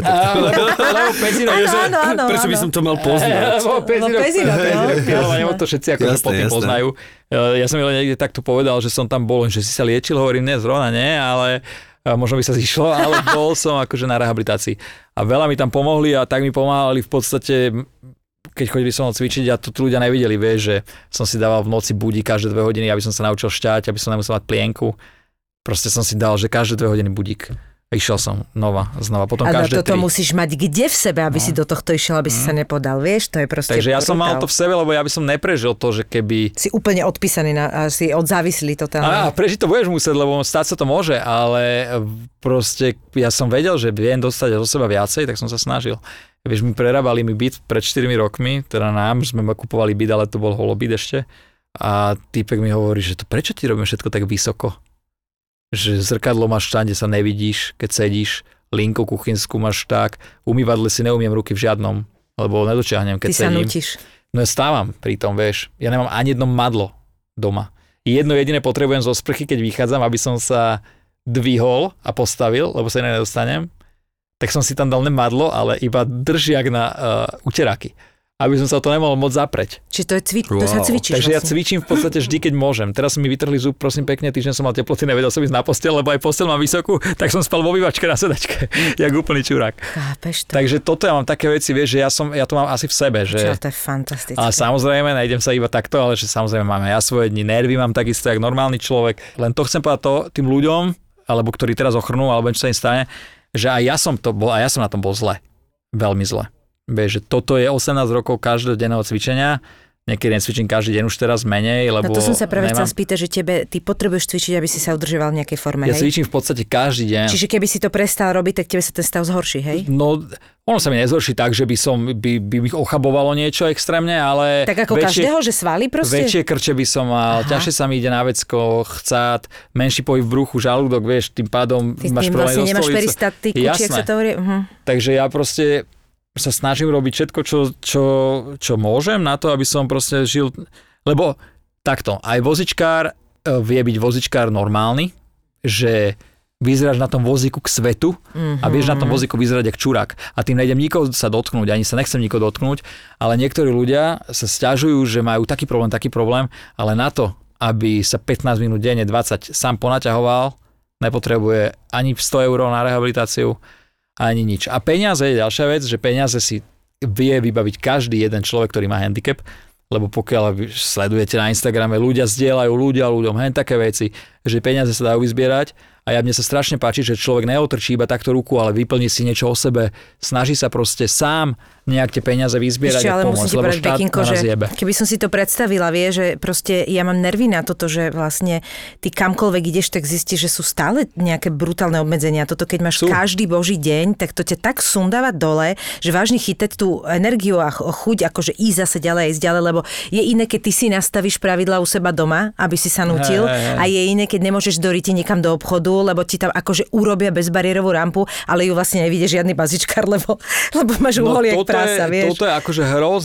Lebo Pezinok. Prečo by som to mal poznať? Lebo Pezinok. To všetci akože po tým poznajú. Ja som niekde takto povedal, že som tam bol, že si sa liečil, hovorím, nie, zrovna nie, ale možno by sa zišlo, ale bol som akože na rehabilitácii. A veľa mi tam pomohli a tak mi pomáhali v podstate, keď chodili som cvičiť a to ľudia nevideli, vieš, že som si dával v noci budík každé 2 hodiny, aby som sa naučil šťať, aby som nemusel mať plienku. Proste som si dal, že každé 2 hodiny budík. A išiel som znova. Potom ale každé 3. Ale toto musíš mať kde v sebe, aby si do tohto išiel, aby si sa nepodal, vieš, to je proste Takže ja som mal to v sebe, lebo ja by som neprežil to, že keby... Si úplne odpísaný, si odzávislý totálne. Prežiť to budeš musieť, lebo stať sa to môže, ale proste ja som vedel, že viem dostať zo seba viacej, tak som sa snažil. Vieš, my prerábali mi byt pred 4 rokmi, teda sme kupovali byt, ale to bol holobyt ešte. A týpek mi hovorí, že to prečo ti robím všetko tak vysoko? Že zrkadlo máš tam, kde sa nevidíš, keď sedíš, linku kuchynskú máš tak, umývadle si neumiem ruky v žiadnom, lebo nedočiahnem, keď sedím. Ty sa nutíš. No ja stávam pri tom, vieš. Ja nemám ani jedno madlo doma. Jedno jediné potrebujem zo sprchy, keď vychádzam, aby som sa dvihol a postavil, lebo sa iné nedostanem, tak som si tam dal nemadlo, ale iba držiak na uteráky. Aby som sa to nemohol moc zapreť. Čiže to sa cvičíš. Takže ja cvičím v podstate vždy, keď môžem. Teraz mi vytrhli zub, prosím pekne, týždeň som mal teploty, nevedel som ísť na posteľ, lebo aj posteľ mám vysokú, tak som spal vo obývačke na sedačke, jak úplný čurák. Chápeš to? Takže toto ja mám také veci, vieš, že ja to mám asi v sebe. Že... Čo, to je fantastické. Ale samozrejme, nejdem sa iba takto, ale že samozrejme máme ja svoje dni, nervy mám takisto, jak normálny človek. Len to chcem povedať to tým ľuďom, alebo ktorí teraz ochrnú, alebo čo sa im stane, že aj ja som na tom bol zle. Veľmi zle. Vieš, že toto je 18 rokov každodenného cvičenia. Niekedy necvičím každý deň už teraz menej, lebo... No to som sa práve chcel spýtať, že ty potrebuješ cvičiť, aby si sa udržoval v nejakej forme, Ja hej? cvičím v podstate každý deň. Čiže keby si to prestal robiť, tak tebe sa ten stav zhorší, hej? No, ono sa mi nezhorší tak, že by mi ochabovalo niečo extrémne, ale... Tak ako každého, že svaly proste? Väčšie krče by som mal, ťažšie sa mi ide na vecko, chcát, menší pohyb v bruchu, žalúdok, vieš, tým pádom máš problém vlastne nemáš peristatiku, či jak sa to hovorí? Takže ja proste sa snažím robiť všetko, čo môžem na to, aby som proste žil, lebo takto, aj vozičkár vie byť vozičkár normálny, že vyzeráš na tom vozíku k svetu a vieš na tom vozíku vyzerať jak čurák. A tým nejdem nikoho sa dotknúť, ani sa nechcem nikoho dotknúť, ale niektorí ľudia sa sťažujú, že majú taký problém, ale na to, aby sa 15 minút denne, 20 sám ponaťahoval, nepotrebuje ani 100 eur na rehabilitáciu, ani nič. A peniaze je ďalšia vec, že peniaze si vie vybaviť každý jeden človek, ktorý má handicap, lebo pokiaľ sledujete na Instagrame, ľudia zdieľajú ľuďom hen také veci, že peniaze sa dajú vyzbierať a mne sa strašne páči, že človek neotrčí iba takto ruku, ale vyplní si niečo o sebe, snaží sa proste sám nejak tie peniaze vyzbierať a pomôcť, lebo štát na nás jebe. Keby som si to predstavila, že proste ja mám nervy na toto, že vlastne ty kamkoľvek ideš, tak zistíš, že sú stále nejaké brutálne obmedzenia. Toto keď máš každý boží deň, tak to ťa tak sundáva dole, že vážne chytať tú energiu a chuť, akože ísť zase ďalej, lebo je iné, keď ty si nastavíš pravidla u seba doma, aby si sa nutil, a je iné, keď nemôžeš doriť niekam do obchodu, lebo ti tam akože urobia bezbariérovú rampu, ale ju vlastne nevidie žiadny bazičkár, lebo máš uholie prasa, vieš. Toto je akože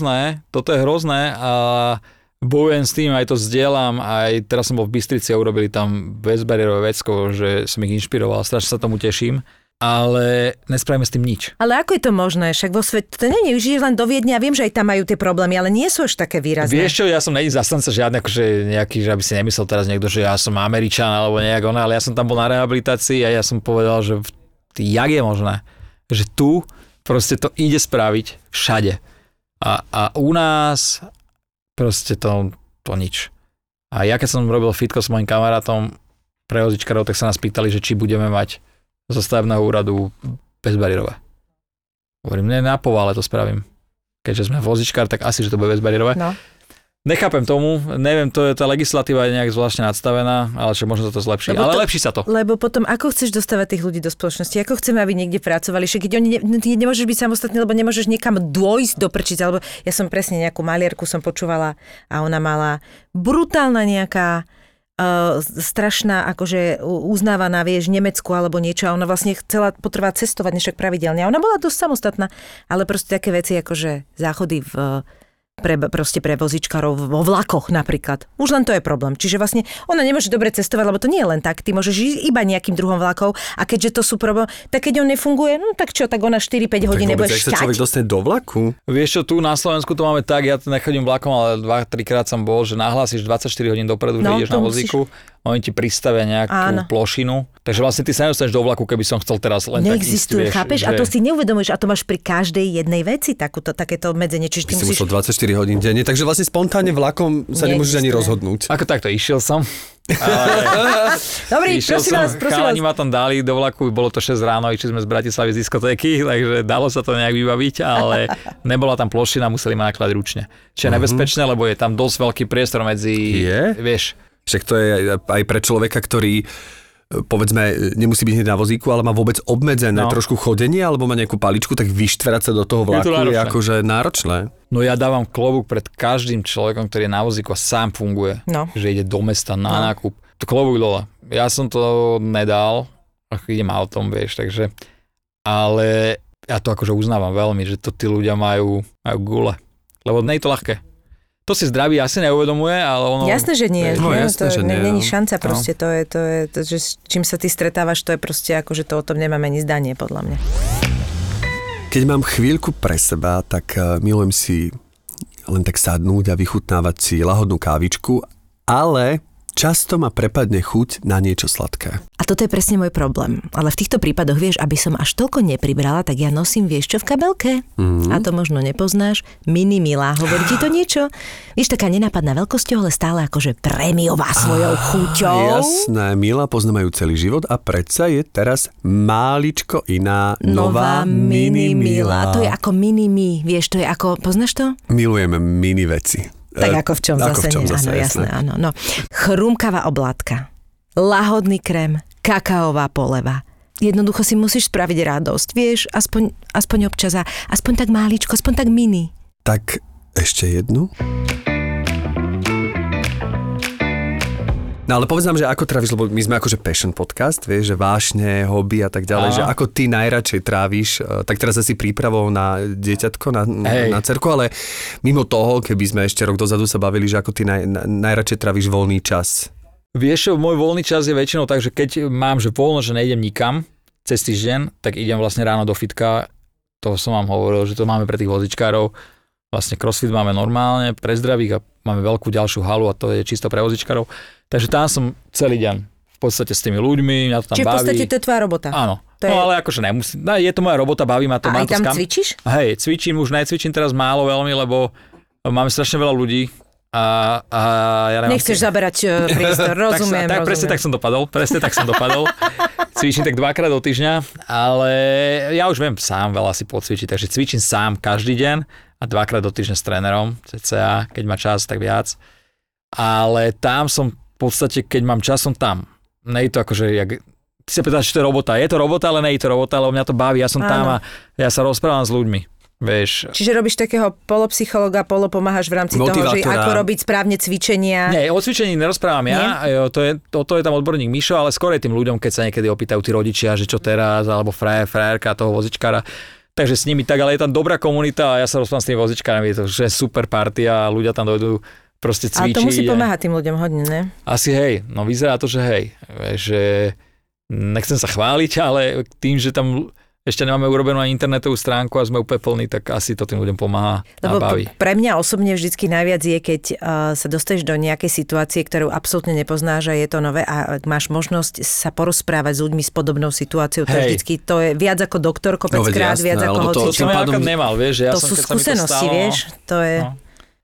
hrozné a bojujem s tým, aj to zdieľam, aj teraz som bol v Bystrici a urobili tam bezbariérové vecko, že som ich inšpiroval, strašne sa tomu teším. Ale nespravíme s tým nič. Ale ako je to možné? Však vo svete to nie je, že len do Viedne a viem, že aj tam majú tie problémy, ale nie sú až také výrazné. Vieš čo, ja som není zastanca žiadny, akože nejaký, že aby si nemyslel teraz niekto, že ja som Američan alebo nejak ona, ale ja som tam bol na rehabilitácii a ja som povedal, že jak je možné, že tu proste to ide spraviť všade. A u nás proste to nič. A ja keď som robil fitko s mojim kamarátom pre vozičkarov, tak sa nás pýtali, že či budeme mať zo stavebného úradu bezbariérové. Hovorím, na povále to spravím. Keďže sme vozičkár, tak asi, že to bude bezbariérové. No. Nechápem tomu, neviem, tá legislatíva je nejak zvláštne nadstavená, ale že možno to zlepší. Ale lepší sa to. Lebo potom, ako chceš dostávať tých ľudí do spoločnosti? Ako chceme, aby niekde pracovali? Však keď ty nemôžeš byť samostatný, lebo nemôžeš niekam dôjsť do prčice. Alebo ja som presne nejakú maliarku som počúvala a ona mala brutálna nejaká strašná, akože uznávaná, vieš, Nemecku alebo niečo a ona vlastne potrebovala cestovať než pravidelne. A ona bola dosť samostatná, ale proste také veci, akože záchody pre vozičkárov vo vlakoch napríklad. Už len to je problém. Čiže vlastne ona nemôže dobre cestovať, lebo to nie je len tak. Ty môžeš ísť iba nejakým druhom vlakov a keďže to sú problém, tak keď on nefunguje, no tak čo, tak ona 4-5 hodín nebudeš šťať. Tak človek dostane do vlaku? Vieš čo, tu na Slovensku to máme tak, ja nechodím vlakom, ale 2-3 krát som bol, že nahlásiš 24 hodín dopredu, že ideš na vozíku. Oni ti pristavia nejakú plošinu. Takže vlastne ty sa nedostaneš do vlaku, keby som chcel teraz len neexistuje, tak ísť, chápeš? Že... A to si neuvedomuješ, a to máš pri každej jednej veci takéto obmedzenie. Čiže ty musíš 24 hodín denne, takže vlastne spontánne vlakom sa nemôžeš ani rozhodnúť. Ako takto, išiel som. Dobrý, prosím vás. Chalani ma tam dali do vlaku, bolo to 6 ráno, išli sme z Bratislavy z diskotéky, takže dalo sa to nejak vybaviť, ale nebola tam plošina, museli ma nakladať ručne. Čiže nebezpečné, lebo je tam dosť veľký priestor medzi, vieš. Však to je aj pre človeka, ktorý povedzme, nemusí byť hneď na vozíku, ale má vôbec obmedzené trošku chodenie, alebo má nejakú paličku, tak vyštverať sa do toho vlaku je akože náročné. No ja dávam klobúk pred každým človekom, ktorý je na vozíku a sám funguje, že ide do mesta na nákup. To klobúk dole. Ja som to nedal, idem autom, vieš, takže, ale ja to akože uznávam veľmi, že to tí ľudia majú gule, lebo nie je to ľahké. To si zdravý asi neuvedomuje, ale ono... Jasné, že nie. No, nie, jasné, že nie. Není šanca proste, to je, že s čím sa ty stretávaš, to je proste ako, že to o tom nemáme ani zdanie, podľa mňa. Keď mám chvíľku pre seba, tak milujem si len tak sadnúť a vychutnávať si lahodnú kávičku, ale často ma prepadne chuť na niečo sladké. A toto je presne môj problém. Ale v týchto prípadoch, vieš, aby som až toľko nepribrala, tak ja nosím, vieš čo, v kabelke. A to možno nepoznáš. Mini Milá, hovorí ti to niečo? Vieš, taká nenápadná veľkosťou, ale stále akože prémiová svojou chuťou. Jasné, Milá poznamajú celý život a predsa je teraz máličko iná nová Mini Milá. To je ako mini mi, vieš, to je ako, poznáš to? Milujem mini veci. Tak ako v čom Ako zase v čom nie, zase, áno, jasné. jasné, áno. No. Chrumkavá oblátka, lahodný krém, kakaová poleva. Jednoducho si musíš spraviť radosť, vieš, aspoň občas a aspoň tak máličko, aspoň tak mini. Tak ešte jednu. No ale povedz nám, že ako tráviš, lebo my sme akože passion podcast, vieš, že vášne, hobby a tak ďalej, že ako ty najradšej tráviš, tak teraz asi prípravou na dieťatko, na dcerku, ale mimo toho, keby sme ešte rok dozadu sa bavili, že ako ty najradšej tráviš voľný čas. Vieš, môj voľný čas je väčšinou tak, že keď mám že voľno, že nejdem nikam cez týždeň, tak idem vlastne ráno do fitka, to som vám hovoril, že to máme pre tých vozičkárov, vlastne crossfit máme normálne pre zdravých a máme veľkú ďalšiu halu a to je čisto pre vozičkárov. Takže tam som celý deň v podstate s tými ľuďmi, mňa to tam Čiže baví. v podstate to je tvoja robota. Áno, To je... no ale akože nemusím, je to moja robota, baví ma to. A aj tam cvičíš? Hej, cvičím, už necvičím teraz málo veľmi, lebo máme strašne veľa ľudí a ja neviem... Nechceš zaberať priestor, rozumiem. Presne tak som dopadol. Cvičím tak 2-krát do týždňa, ale ja už viem sám veľa si pocvičiť, takže cvičím sám každý deň a 2-krát do týždňa s trénerom, cca, keď má čas, tak viac. Ale tam som v podstate, keď mám čas, som tam. Nie je to akože, ty sa pýtaš, či to je robota. Je to robota, ale nie je to robota, lebo mňa to baví, ja som tam a ja sa rozprávam s ľuďmi. Vieš. Čiže robíš takého polopsychologa, polopomáhaš v rámci toho, že ako robiť správne cvičenia. Nie, o cvičení nerozprávam ja, to je tam odborník Mišo, ale skôr tým ľuďom, keď sa niekedy opýtajú tí rodičia, že čo teraz, alebo frajerka toho vozičkára. Takže s nimi tak, ale je tam dobrá komunita a ja sa rozprávam s tými vozičkárami, je to že super partia, ľudia tam dojdú proste cvičiť. Ale to musí pomáhať tým ľuďom hodne, ne? Asi hej, no vyzerá to, že hej, že nechcem sa chváliť, ale tým, že tam ešte nemáme urobenú aj internetovú stránku a sme úplne plní, tak asi to tým ľuďom pomáha a baví. Pre mňa osobne vždycky najviac je, keď sa dostaneš do nejakej situácie, ktorú absolútne nepoznáš a je to nové a máš možnosť sa porozprávať s ľuďmi s podobnou situáciu. To je vždycky, to je viac ako doktor, kopeckrát, viac ako hocičo. To som ja nemal, vieš, že ja to sú skúsenosti, vieš, to je... No.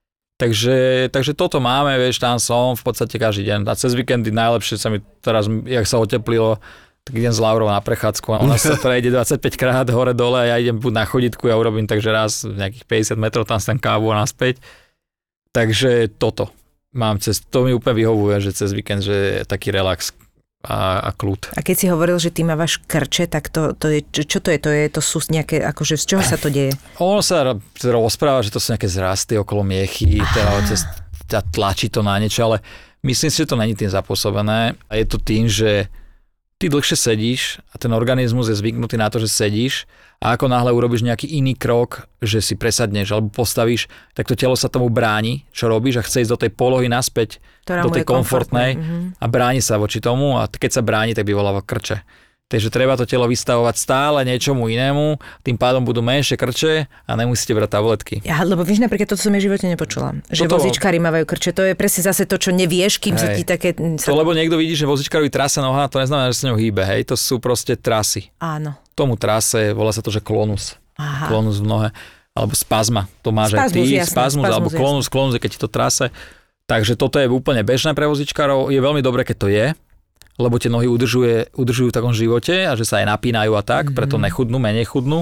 Takže toto máme, vieš, tam som v podstate každý deň. A cez víkendy najlepšie sa mi teraz, jak sa oteplilo, tak idem s Laurou na prechádzku a ona sa prejde 25 krát hore-dole a ja idem buď na chodítku a urobím takže raz nejakých 50 metrov tam sem kávu a naspäť. Takže toto mám to mi úplne vyhovuje, že cez víkend, že je taký relax a kľud. A keď si hovoril, že ty mávaš krče, tak to je, čo to je? To sú nejaké, akože z čoho sa to deje? Ono sa rozpráva, že to sú nejaké zrasty okolo miechy, teda tlačí to na niečo, ale myslím si, že to není tým zapôsobené a je to tým, že ty dlhšie sedíš a ten organizmus je zvyknutý na to, že sedíš a ako náhle urobíš nejaký iný krok, že si presadneš alebo postavíš, tak to telo sa tomu bráni, čo robíš a chce ísť do tej polohy naspäť, do tej komfortnej a bráni sa voči tomu a keď sa bráni, tak vyvoláva krče. Takže treba to telo vystavovať stále niečomu inému, tým pádom budú menšie krče a nemusíte brať tabletky. Ja, lebo víš, napríklad toto som v živote nepočula. Že vozičkári mávajú krče, to je presne zase to, čo nevieš, kým sa ti také... To lebo niekto vidí, že vozičkárovi trase noha, to neznamená, že sa ňou hýbe, hej, to sú proste trasy. Áno. Tomu trase, volá sa to, že klonus. Aha. Klonus v nohe, alebo spazma, to máš aj ty, spazmus alebo klonus, keď ti to trase. Takže toto je úplne bežné pre vozičkárov, je veľmi dobré, keď to je, lebo tie nohy udržujú v takom živote a že sa aj napínajú a tak, preto nechudnú, menej chudnú.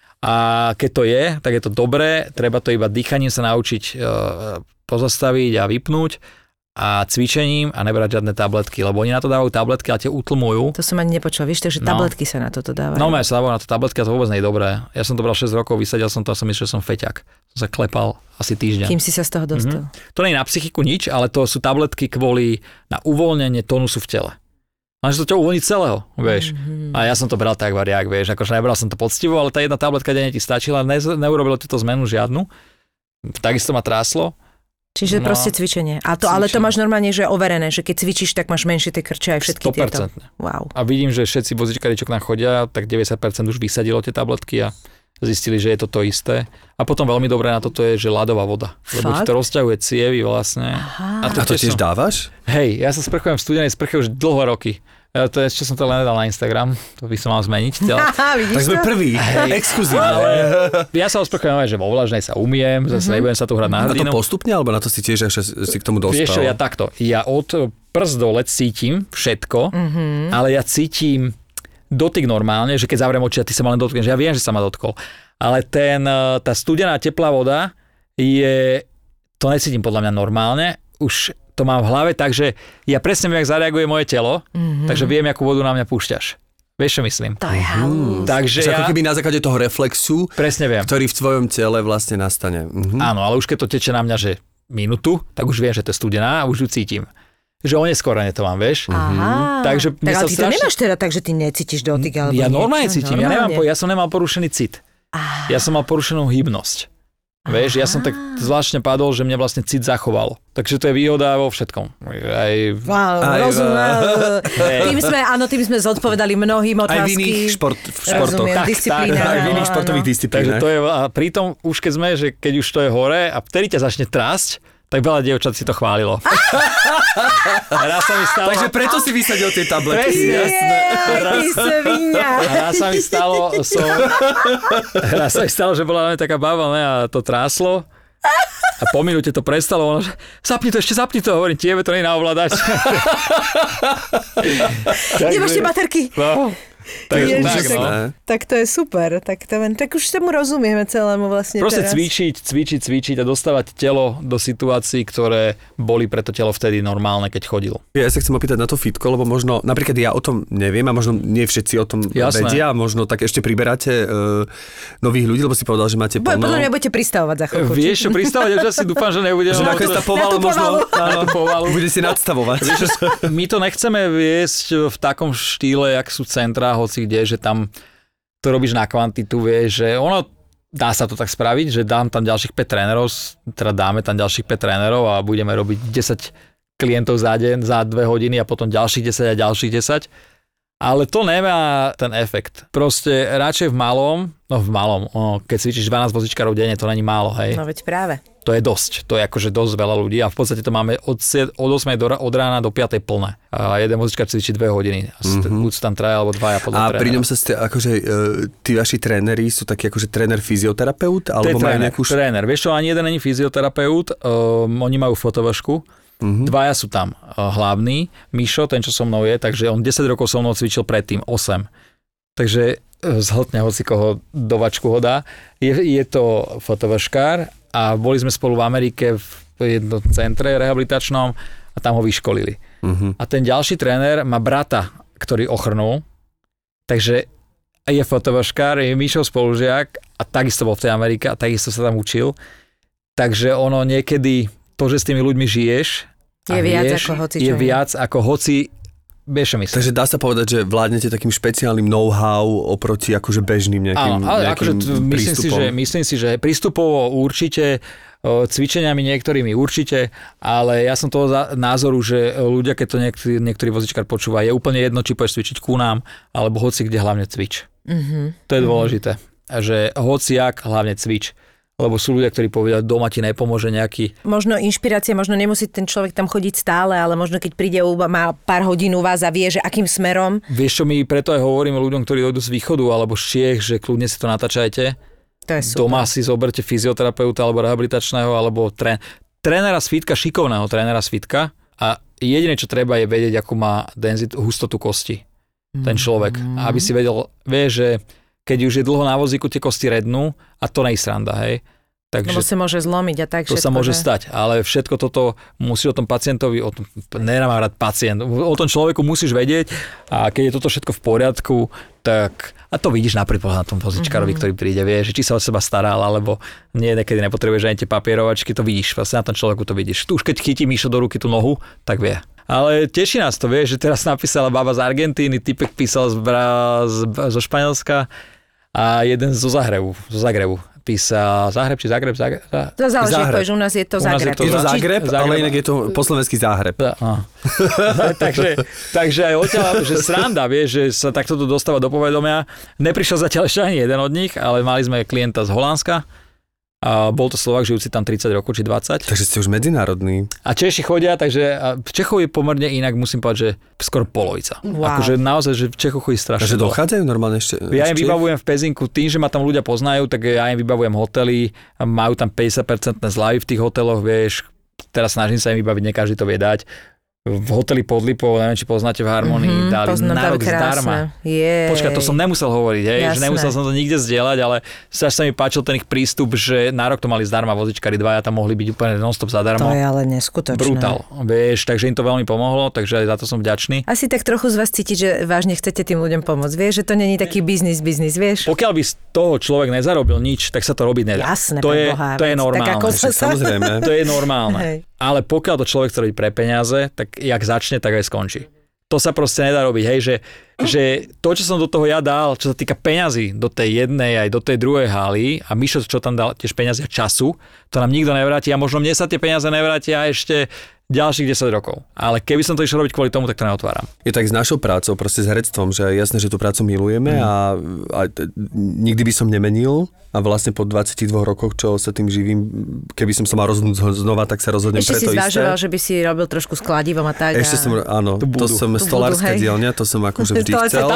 A keď to je, tak je to dobré, treba to iba dýchaním sa naučiť pozastaviť a vypnúť a cvičením a nebrať žiadne tabletky, lebo oni na to dávajú tabletky a tie utlmujú. To som ani nepočul, víš, takže tabletky sa na toto dávajú. No, sa dávajú na to tabletky a to vôbec nie je dobré. Ja som to bral 6 rokov, vysadil som to a som myslel, že som feťak. Som sa klepal asi týždeň. Kým si sa z toho dostal. To nie je na psychiku nič, ale to sú tabletky kvôli na uvoľnenie tonusu v tele. Máš to ťa uvoľniť celého, vieš. A ja som to bral tak variak, vieš, akože nebral som to poctivo, ale tá jedna tabletka denne ti stačila, neurobilo ti to zmenu žiadnu. Takisto ma tráslo. Čiže proste cvičenie. Ale to máš normálne, že overené, že keď cvičíš, tak máš menšie tie krče aj všetky 100%. tieto. Wow. A vidím, že všetci vozíčkari, čo k nám chodia, tak 90% už vysadilo tie tabletky a zistili, že je to isté. A potom veľmi dobré na toto je, že ľadová voda. Lebo ti to rozťahuje cievy vlastne. A to tiež dávaš? Hej, ja sa sprchujem v studenej sprche už dlhé roky. To je, čo som to len nedal na Instagram, to by som mal zmeniť. Tak sme prví, exkluzívne. Ja sa osprchujem, že vo vlažnej sa umiem, zase nebudem sa tu hrať na hrdinu. A to postupne, alebo na to si tiež si k tomu dostal? Vieš čo, ja takto. Ja od prst dole cítim všetko, ale ja cítim dotyk normálne, že keď zavriem oči a ty sa ma len dotkneš, ja viem, že sa ma dotkol. Ale tá studená teplá voda to necítim podľa mňa normálne, už to mám v hlave, takže ja presne viem, jak zareaguje moje telo, takže viem, akú vodu na mňa púšťaš. Vieš, čo myslím? To je halúz. Takže ako keby na základe toho reflexu, presne viem, ktorý v tvojom tele vlastne nastane. Áno, ale už keď to teče na mňa, že minútu, tak už viem, že to je studená a už ju cítim. Že oneskorene to mám, vieš? Aha. Takže tak ale ty to nemáš teda tak, že ty necítiš dotyk alebo ja normálne niečo, cítim, ja som nemal porušený cit. Ja som mal porušenú hybnosť. Vieš, ja som tak zvláštne padol, že mňa vlastne cit zachoval. Takže to je výhoda vo všetkom. Tým sme zodpovedali mnohým otázky. Aj v iných športoch. Disciplínách. Aj v iných športových disciplínách. Takže to je, a pritom už keď sme, že keď už to je hore a vtedy ťa začne trásť, tak veľa dievčat si to chválilo. Takže preto si vysadil tie tabletky. Presne. Jasné. Raz sa mi stalo, že bola taká baba, a to tráslo. A po minúte to prestalo, ona že zapni to, hovorím, tiebe to nie je na ovládač. Nemáš tie baterky. No. Tak to je super, tak už tomu rozumieme celému vlastne proste teraz. cvičiť a dostávať telo do situácií, ktoré boli pre to telo vtedy normálne, keď chodilo. Ja sa chcem opýtať na to fitko, lebo možno, napríklad ja o tom neviem a možno nie všetci o tom vedia, možno tak ešte priberáte nových ľudí, lebo si povedal, že máte plno. Podľa mňa budete pristavovať za chvíľku. Vieš čo pristavovať, ja si dúfam, že nebudem. Že nakoniec tá povala možno bude si nadstavovať. My to nechceme viesť v takom štýle, jak sú centrá, hoci kde, že tam to robíš na kvantitu, vieš, že ono dá sa to tak spraviť, že dám tam ďalších 5 trénerov, teda dáme tam ďalších 5 trénerov a budeme robiť 10 klientov za deň, za 2 hodiny a potom ďalších 10 a ďalších 10. Ale to nemá ten efekt. Proste radšej v malom, keď cvičíš 12 vozíčkarov denne, to není málo, hej. No veď práve. To je dosť, to je akože dosť veľa ľudí a v podstate to máme od 8 od rána do 5 plné. A jeden vozíčkar cvičí 2 hodiny. Buď sú tam 3 alebo 2 podľa trénera. A pri ňom sa akože tí vaši tréneri sú takí akože tréner fyzioterapeut? Alebo to je tréner. Vieš čo, ani jeden není fyzioterapeut, oni majú fotovašku. Dvaja sú tam hlavní, Mišo, ten čo so mnou je, takže on 10 rokov so mnou cvičil predtým, 8. Takže zhltne hoci koho do vačku ho dá. Je to fotovaškár a boli sme spolu v Amerike v jednom centre rehabilitačnom a tam ho vyškolili. A ten ďalší tréner má brata, ktorý ochrnul, takže je fotovaškár, je Mišov spolužiak a takisto bol v tej Amerike a takisto sa tam učil. Takže ono niekedy to, že s tými ľuďmi žiješ je viac ako hoci vieš, čo myslím. Takže dá sa povedať, že vládnete takým špeciálnym know-how oproti akože bežným nejakým prístupom. Myslím si, že prístupovo určite, cvičeniami niektorými určite, ale ja som toho názoru, že ľudia, keď to niektorý vozičkár počúva, je úplne jedno, či pôjdeš cvičiť ku nám, alebo hoci kde, hlavne cvič. To je dôležité. Že hociak, hlavne cvič. Lebo sú ľudia, ktorí povedia, doma ti nepomôže nejaký... Možno inšpirácia, možno nemusí ten človek tam chodiť stále, ale možno keď príde, má pár hodín u vás a vie, že akým smerom. Vieš čo, my preto aj hovoríme ľuďom, ktorí dojdú z východu alebo z Čiech, že kľudne si to natáčajte. To je super. Doma si zoberte fyzioterapeuta alebo rehabilitačného alebo trénera z fitka, šikovného trénera z fitka a jediné, čo treba je vedieť, akú má hustotu kosti ten človek. Aby si vedel, vieš, že keď už je dlho na vozíku, tie kosti rednú a to nie je sranda, hej. Takže lebo sa môže zlomiť a tak všetko. To sa môže stať, ale všetko toto musí o tom pacientovi, nemám rád pacient, o tom človeku musíš vedieť a keď je toto všetko v poriadku, tak a to vidíš napríklad na tom vozičkárovi, ktorý príde, vie, že či sa o seba staral, alebo niekedy nepotrebuješ ani tie papierovačky, to vidíš, vlastne na tom človeku to vidíš. Tu už keď chytí Mišo do ruky tú nohu, tak vie. Ale teší nás to, vieš, že teraz napísala baba z Argentíny, typek písal zo Španielska a jeden zo Zagrebu. písal Zagreb či Zagreb? To záleží, ako je, že u nás je to Zagreb. Je to Zagreb, ale inak je to po slovensky Záhreb. takže aj odtiaľ, že sranda, vieš, že sa takto dostáva do povedomia. Neprišiel zatiaľ ešte ani jeden od nich, ale mali sme klienta z Holandska. A bol to Slovák, žijúci tam 30 rokov či 20. Takže ste už medzinárodní. A Češi chodia, takže v Čechov je pomerne inak, musím povedať, že skoro polovica. Wow. Akože naozaj, že v Čechoch chodí strašne. Takže dochádzajú normálne ešte? Ja im vybavujem v Pezinku tým, že ma tam ľudia poznajú, tak ja im vybavujem hotely, majú tam 50% zľavy v tých hoteloch, vieš. Teraz snažím sa im vybaviť, nie každý to vie dať. V hoteli pod Lipou, neviem, či poznáte v Harmonii, dali na rok zdarma. Počkaj, to som nemusel hovoriť, hej, že nemusel som to nikde zdieľať, ale sa mi páčil ten ich prístup, že na rok to mali zdarma vozičkári dvaja, tam mohli byť úplne non-stop zadarmo. To je ale neskutočné. Brutál, vieš, takže im to veľmi pomohlo, takže aj za to som vďačný. Asi tak trochu z vás cítiť, že vážne chcete tým ľuďom pomôcť, vieš, že to není taký biznis, vieš. Pokiaľ by z toho človek nezarobil nič, tak sa to robiť nedá. Jasné, to je normálne. Samozrejme. To je normálne. Ale pokiaľ to človek chce robiť pre peniaze, tak jak začne, tak aj skončí. To sa proste nedá robiť, hej, že to, čo som do toho ja dal, čo sa týka peňazí do tej jednej aj do tej druhej haly a Mišo, čo tam dal tiež peniaze a času, to nám nikto nevráti a možno mne sa tie peniaze nevrátia ešte ďalších 10 rokov. Ale keby som to išiel robiť kvôli tomu, tak to neotváram. Je tak s našou prácou, proste s herectvom, že je jasné, že tú prácu milujeme a nikdy by som nemenil a vlastne po 22 rokoch, čo sa tým živím, keby som sa mal rozhodnúť znova, tak sa rozhodnem ešte preto isté. Ešte si zvážoval, že by si robil trošku s kladivom a tak. Ešte som, áno, to som stolárska dielňa, to som akože vždy chcel.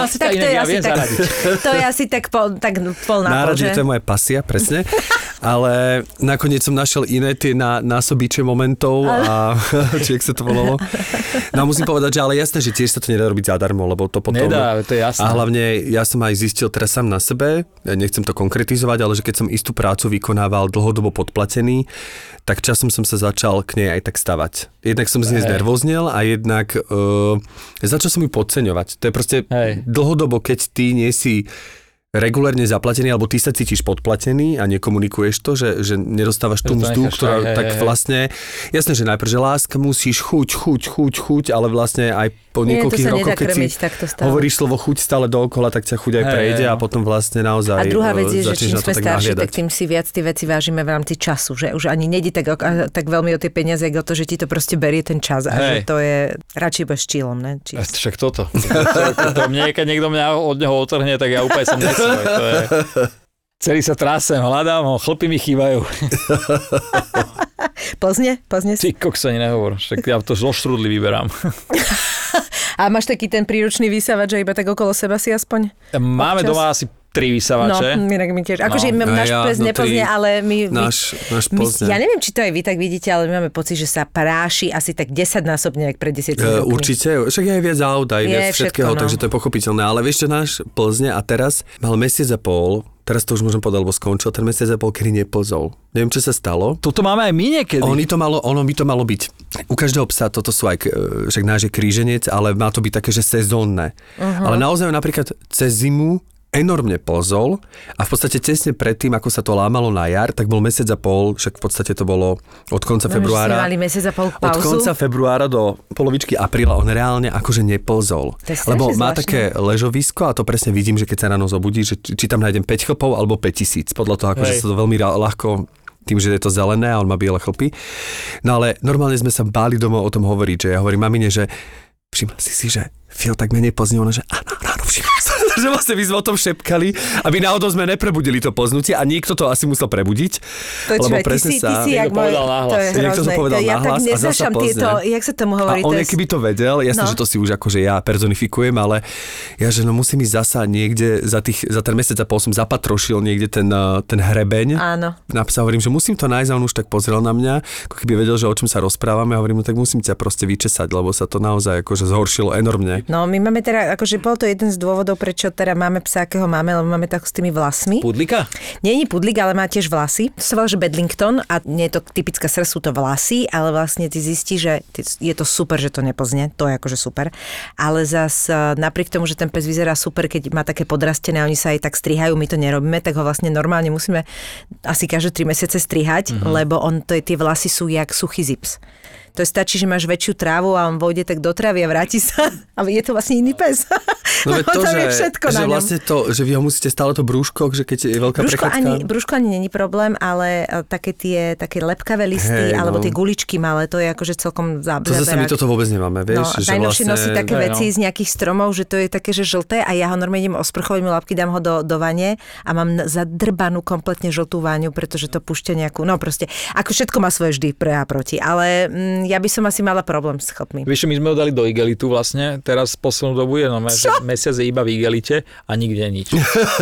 To je asi tak pol na pol, že? To je moja pasia, presne. Ale nakoniec som našiel iné tie násobiče momentov a či jak sa to volalo. No musím povedať, že ale jasné, že tiež sa to nedá robiť zadarmo, lebo to potom... Nedá, to je jasné. A hlavne ja som aj zistil teraz sám na sebe, ja nechcem to konkretizovať, ale že keď som istú prácu vykonával dlhodobo podplatený, tak časom som sa začal k nej aj tak stavať. Jednak som z nej znervoznel a jednak začal som ju podceňovať. To je proste dlhodobo, keď ty nie si regulérne zaplatený, alebo ty sa cítiš podplatený a nekomunikuješ to, že nedostávaš tú mzdu, ktorá tak vlastne, jasné, že najprv, že láska musíš chuť, ale vlastne aj po niekoľkých rokoch, keď si hovoríš slovo chuť stále dookola, tak ťa chuť aj prejde a potom vlastne naozaj a druhá vec je, že čím sme starší, nahliadať. tak tým si viac tie veci vážime v rámci času, že už ani nejde tak veľmi o tie peniaze, ako o to, že ti to proste berie ten čas a že to je radšej bez čílom, ne? Však toto. Mne, keď niekto mňa od neho otrhne, tak ja úplne som nesvoj. To je... Celý sa trásem, hľadám ho, chlpy mi chýbajú. Plzne? Ty kokso, ani nehovor, však ja to zo štrúdly vyberám. A máš taký ten príručný vysávač, že iba tak okolo seba si aspoň? Máme doma asi 3 vysávače. No, my tiež. Akože náš ples nepoznie, ale my ja neviem, či to aj vy tak vidíte, ale my máme pocit, že sa práši asi tak 10-násobne, jak pred 10 rokmi. Určite, však je aj viac aut, aj viac všetkého, takže to je pochopiteľné. Ale vieš, že náš Plzne a teraz mal mesiac a pol, teraz to už môžem povedať, lebo skončil ten mesiac a pol, kedy neplzol. Neviem, čo sa stalo. Toto máme aj my niekedy. Ono by to malo byť. U každého psa toto sú aj, však náš je kríženec, ale má to byť také, že sezónne. Ale naozaj napríklad cez zimu enormne plzol a v podstate tesne predtým, ako sa to lámalo na jar, tak bol mesiac a pol, však v podstate to bolo od konca februára. Mali mesiac a pol pauzu. Od konca februára do polovičky apríla on reálne akože neplzol. Lebo má také ležovisko a to presne vidím, že keď sa ráno zobudí, že či tam nájdem 5 chlpov alebo 5000. Podľa toho, akože sa to veľmi ľahko tým, že je to zelené a on má biele chlpy. No ale normálne sme sa báli doma o tom hovoriť, že ja hovorím mamine, že všimla si, že Fil tak menej pozdne, ona, že áno, všimla sa, že vlastne my sme o tom šepkali, aby náhodou sme neprebudili to poznutie a niekto to asi musel prebudiť. Lebo presne sa... Ty si, jak povedal nahlas. To je hrozné. Niekto to povedal nahlas a zasa tieto, jak sa tomu hovorí? A on keby to vedel, jasne, že to si už akože ja personifikujem, ale ja, že no musím ísť zasa niekde, za ten mesiac a pol som zapatrošil niekde ten hrebeň. Áno. Napsal, hovorím, že musím to nájsť a on už tak pozrel na mňa, ako keby vedel, že o čom sa rozprávame a hovorím, no tak musím ťa proste vyčesať, lebo sa to naozaj akože zhoršilo enormne. No, my máme teda, akože bol to jeden z dôvodov, prečo teda máme psa, akého máme, lebo máme tak s tými vlasmi. Pudlika? Nie je pudlik, ale má tiež vlasy. To sa volá, že Bedlington a nie je to typická srst, sú to vlasy, ale vlastne ty zistíš, že je to super, že to nepoznie, to je akože super. Ale zas napriek tomu, že ten pes vyzerá super, keď má také podrastené, oni sa aj tak strihajú, my to nerobíme, tak ho vlastne normálne musíme asi každé 3 mesiace strihať, lebo tie vlasy sú jak suchý zips. To stačí, že máš väčšiu trávu a on vôjde tak do trávy a vráti sa. Ale je to vlastne iný pes. No veď to, je všetko že vlastne to, že vy ho musíte stále to brúško, že keď je veľká prechádzka. Brúško ani není problém, ale také lepkavé listy, alebo tie guličky malé, to je akože celkom To zase my toto vôbec nemáme, vieš. No, najnovšie nosí také veci z nejakých stromov, že to je také, že žlté a ja ho normálne idem osprchovať mu labky, dám ho do vane a mám zadrbanú kompletne žltú váňu, pretože to púšťa nejakú, no proste, ako všetko má svoje vždy pre a proti, ale ja by som asi mala problém s chlpmi. Vieš, my sme ho dali do igelitu vlastne, teraz poslednú dobu je, mesiac je iba v igelite a nikde nič.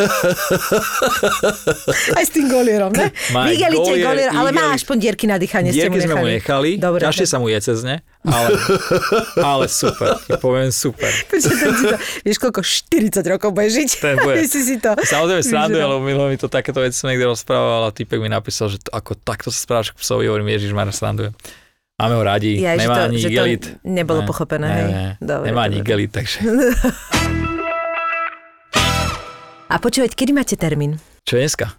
Aj s tým golierom, ne? V igelite je golier, ale má aspoň dierky na dýchanie. Dierky sme mu nechali, ťažšie sa mu je cez ne, ale super, poviem super. Vieš, koľko 40 rokov bude žiť? Ten bude. Si to... Samozrejme sranduje, lebo mi to takéto veci som niekde rozprával a týpek mi napísal, že ako takto sa správaš k psovi, hovorím, Ježišmarja, srandujem. Máme ho radi, nemá ani igelit. To nebolo pochopené, hej? Dobre, nemá ani igelit, takže... A počúvať, kedy máte termín? Čo je dneska?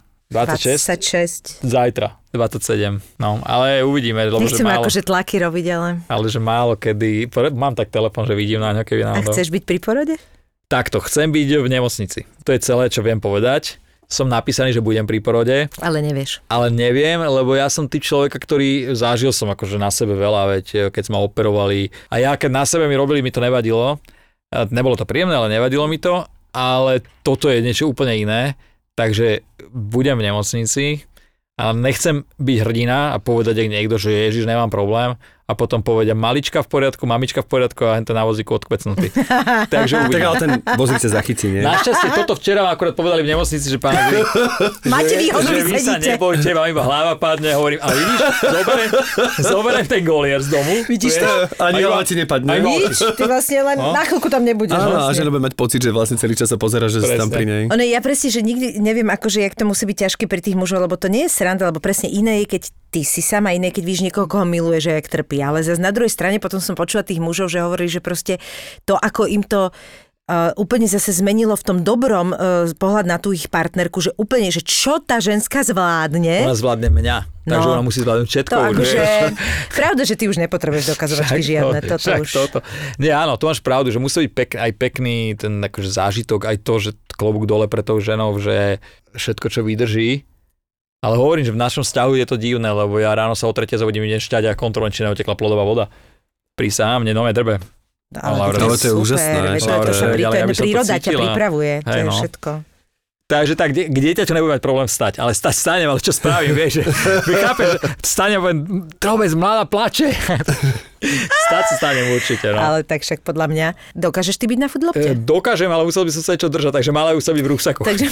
26. Zajtra, 27. No, ale uvidíme. Lebo, nechcem akože tlaky robiť, ale... Ale že málo kedy... Mám tak telefon, že vidím na ňo, keby nám... A chceš byť pri porode? Takto, chcem byť v nemocnici. To je celé, čo viem povedať. Som napísaný, že budem pri porode. Ale nevieš. Ale neviem, lebo ja som typ človeka, ktorý zažil som akože na sebe veľa, veď keď ma operovali. A ja, keď na sebe mi robili, mi to nevadilo. Nebolo to príjemné, ale nevadilo mi to. Ale toto je niečo úplne iné. Takže budem v nemocnici a nechcem byť hrdina a povedať ak niekto, že Ježiš, nemám problém. A potom povedia malička v poriadku, mamička v poriadku a hento na vozíku odkvecnutý. Takže uvidím. Tak ale ten vozík sa zachytí, nie? Našťastie toto včera akurát povedali v nemocnici, že pán máte výhodu, že vy sa nebojte, vám iba hlava padne, hovorím, ale vidíš, zoberiem ten golier z domu. Vidíš to? Ani hlava ti nepadne. Nič, ty vlastne len na chvíľku tam nebudeš. Áno, a že nebude mať pocit, že vlastne celý čas sa pozera, že si tam pri nej. Ja presne, že nikdy neviem, akože jak to musí byť ťažké pri tých mužov, lebo to nie je sranda, lebo presne iné je, keď ty si sama, iné, keď víš niekoho, koho miluje, že jak trpí. Ale zase na druhej strane potom som počula tých mužov, že hovorili, že proste to, ako im to úplne zase zmenilo v tom dobrom pohľad na tú ich partnerku, že úplne, že čo tá ženská zvládne. Ona zvládne mňa, takže ona musí zvládnuť všetko. To akože, pravda, že ty už nepotrebuješ dokazovačky žiadne. Toto. Nie, áno, to máš pravdu, že musí byť aj pekný ten akože zážitok, aj to, že klobúk dole pre tou ženou, že všetko, čo vydrží. Ale hovorím, že v našom vzťahu je to divné, lebo ja ráno sa o 3 zobudím, idem šťať a kontrolujem, či neotekla plodová voda. Prísahám, mne nové drbe. Ale to je úžasné. Príroda ťa pripravuje, to je všetko. Takže tak, dieťa čo nebude mať problém vstať, ale stane, ale čo spravím, vieš, že chápeš, stane, drobec mladá plače. Stať sa stanem určite, no. Ale tak však podľa mňa, dokážeš ty byť na foodlopte? Dokážem, ale musel by som sa čo držať, takže mala už sa byť v rúksaku. Takže...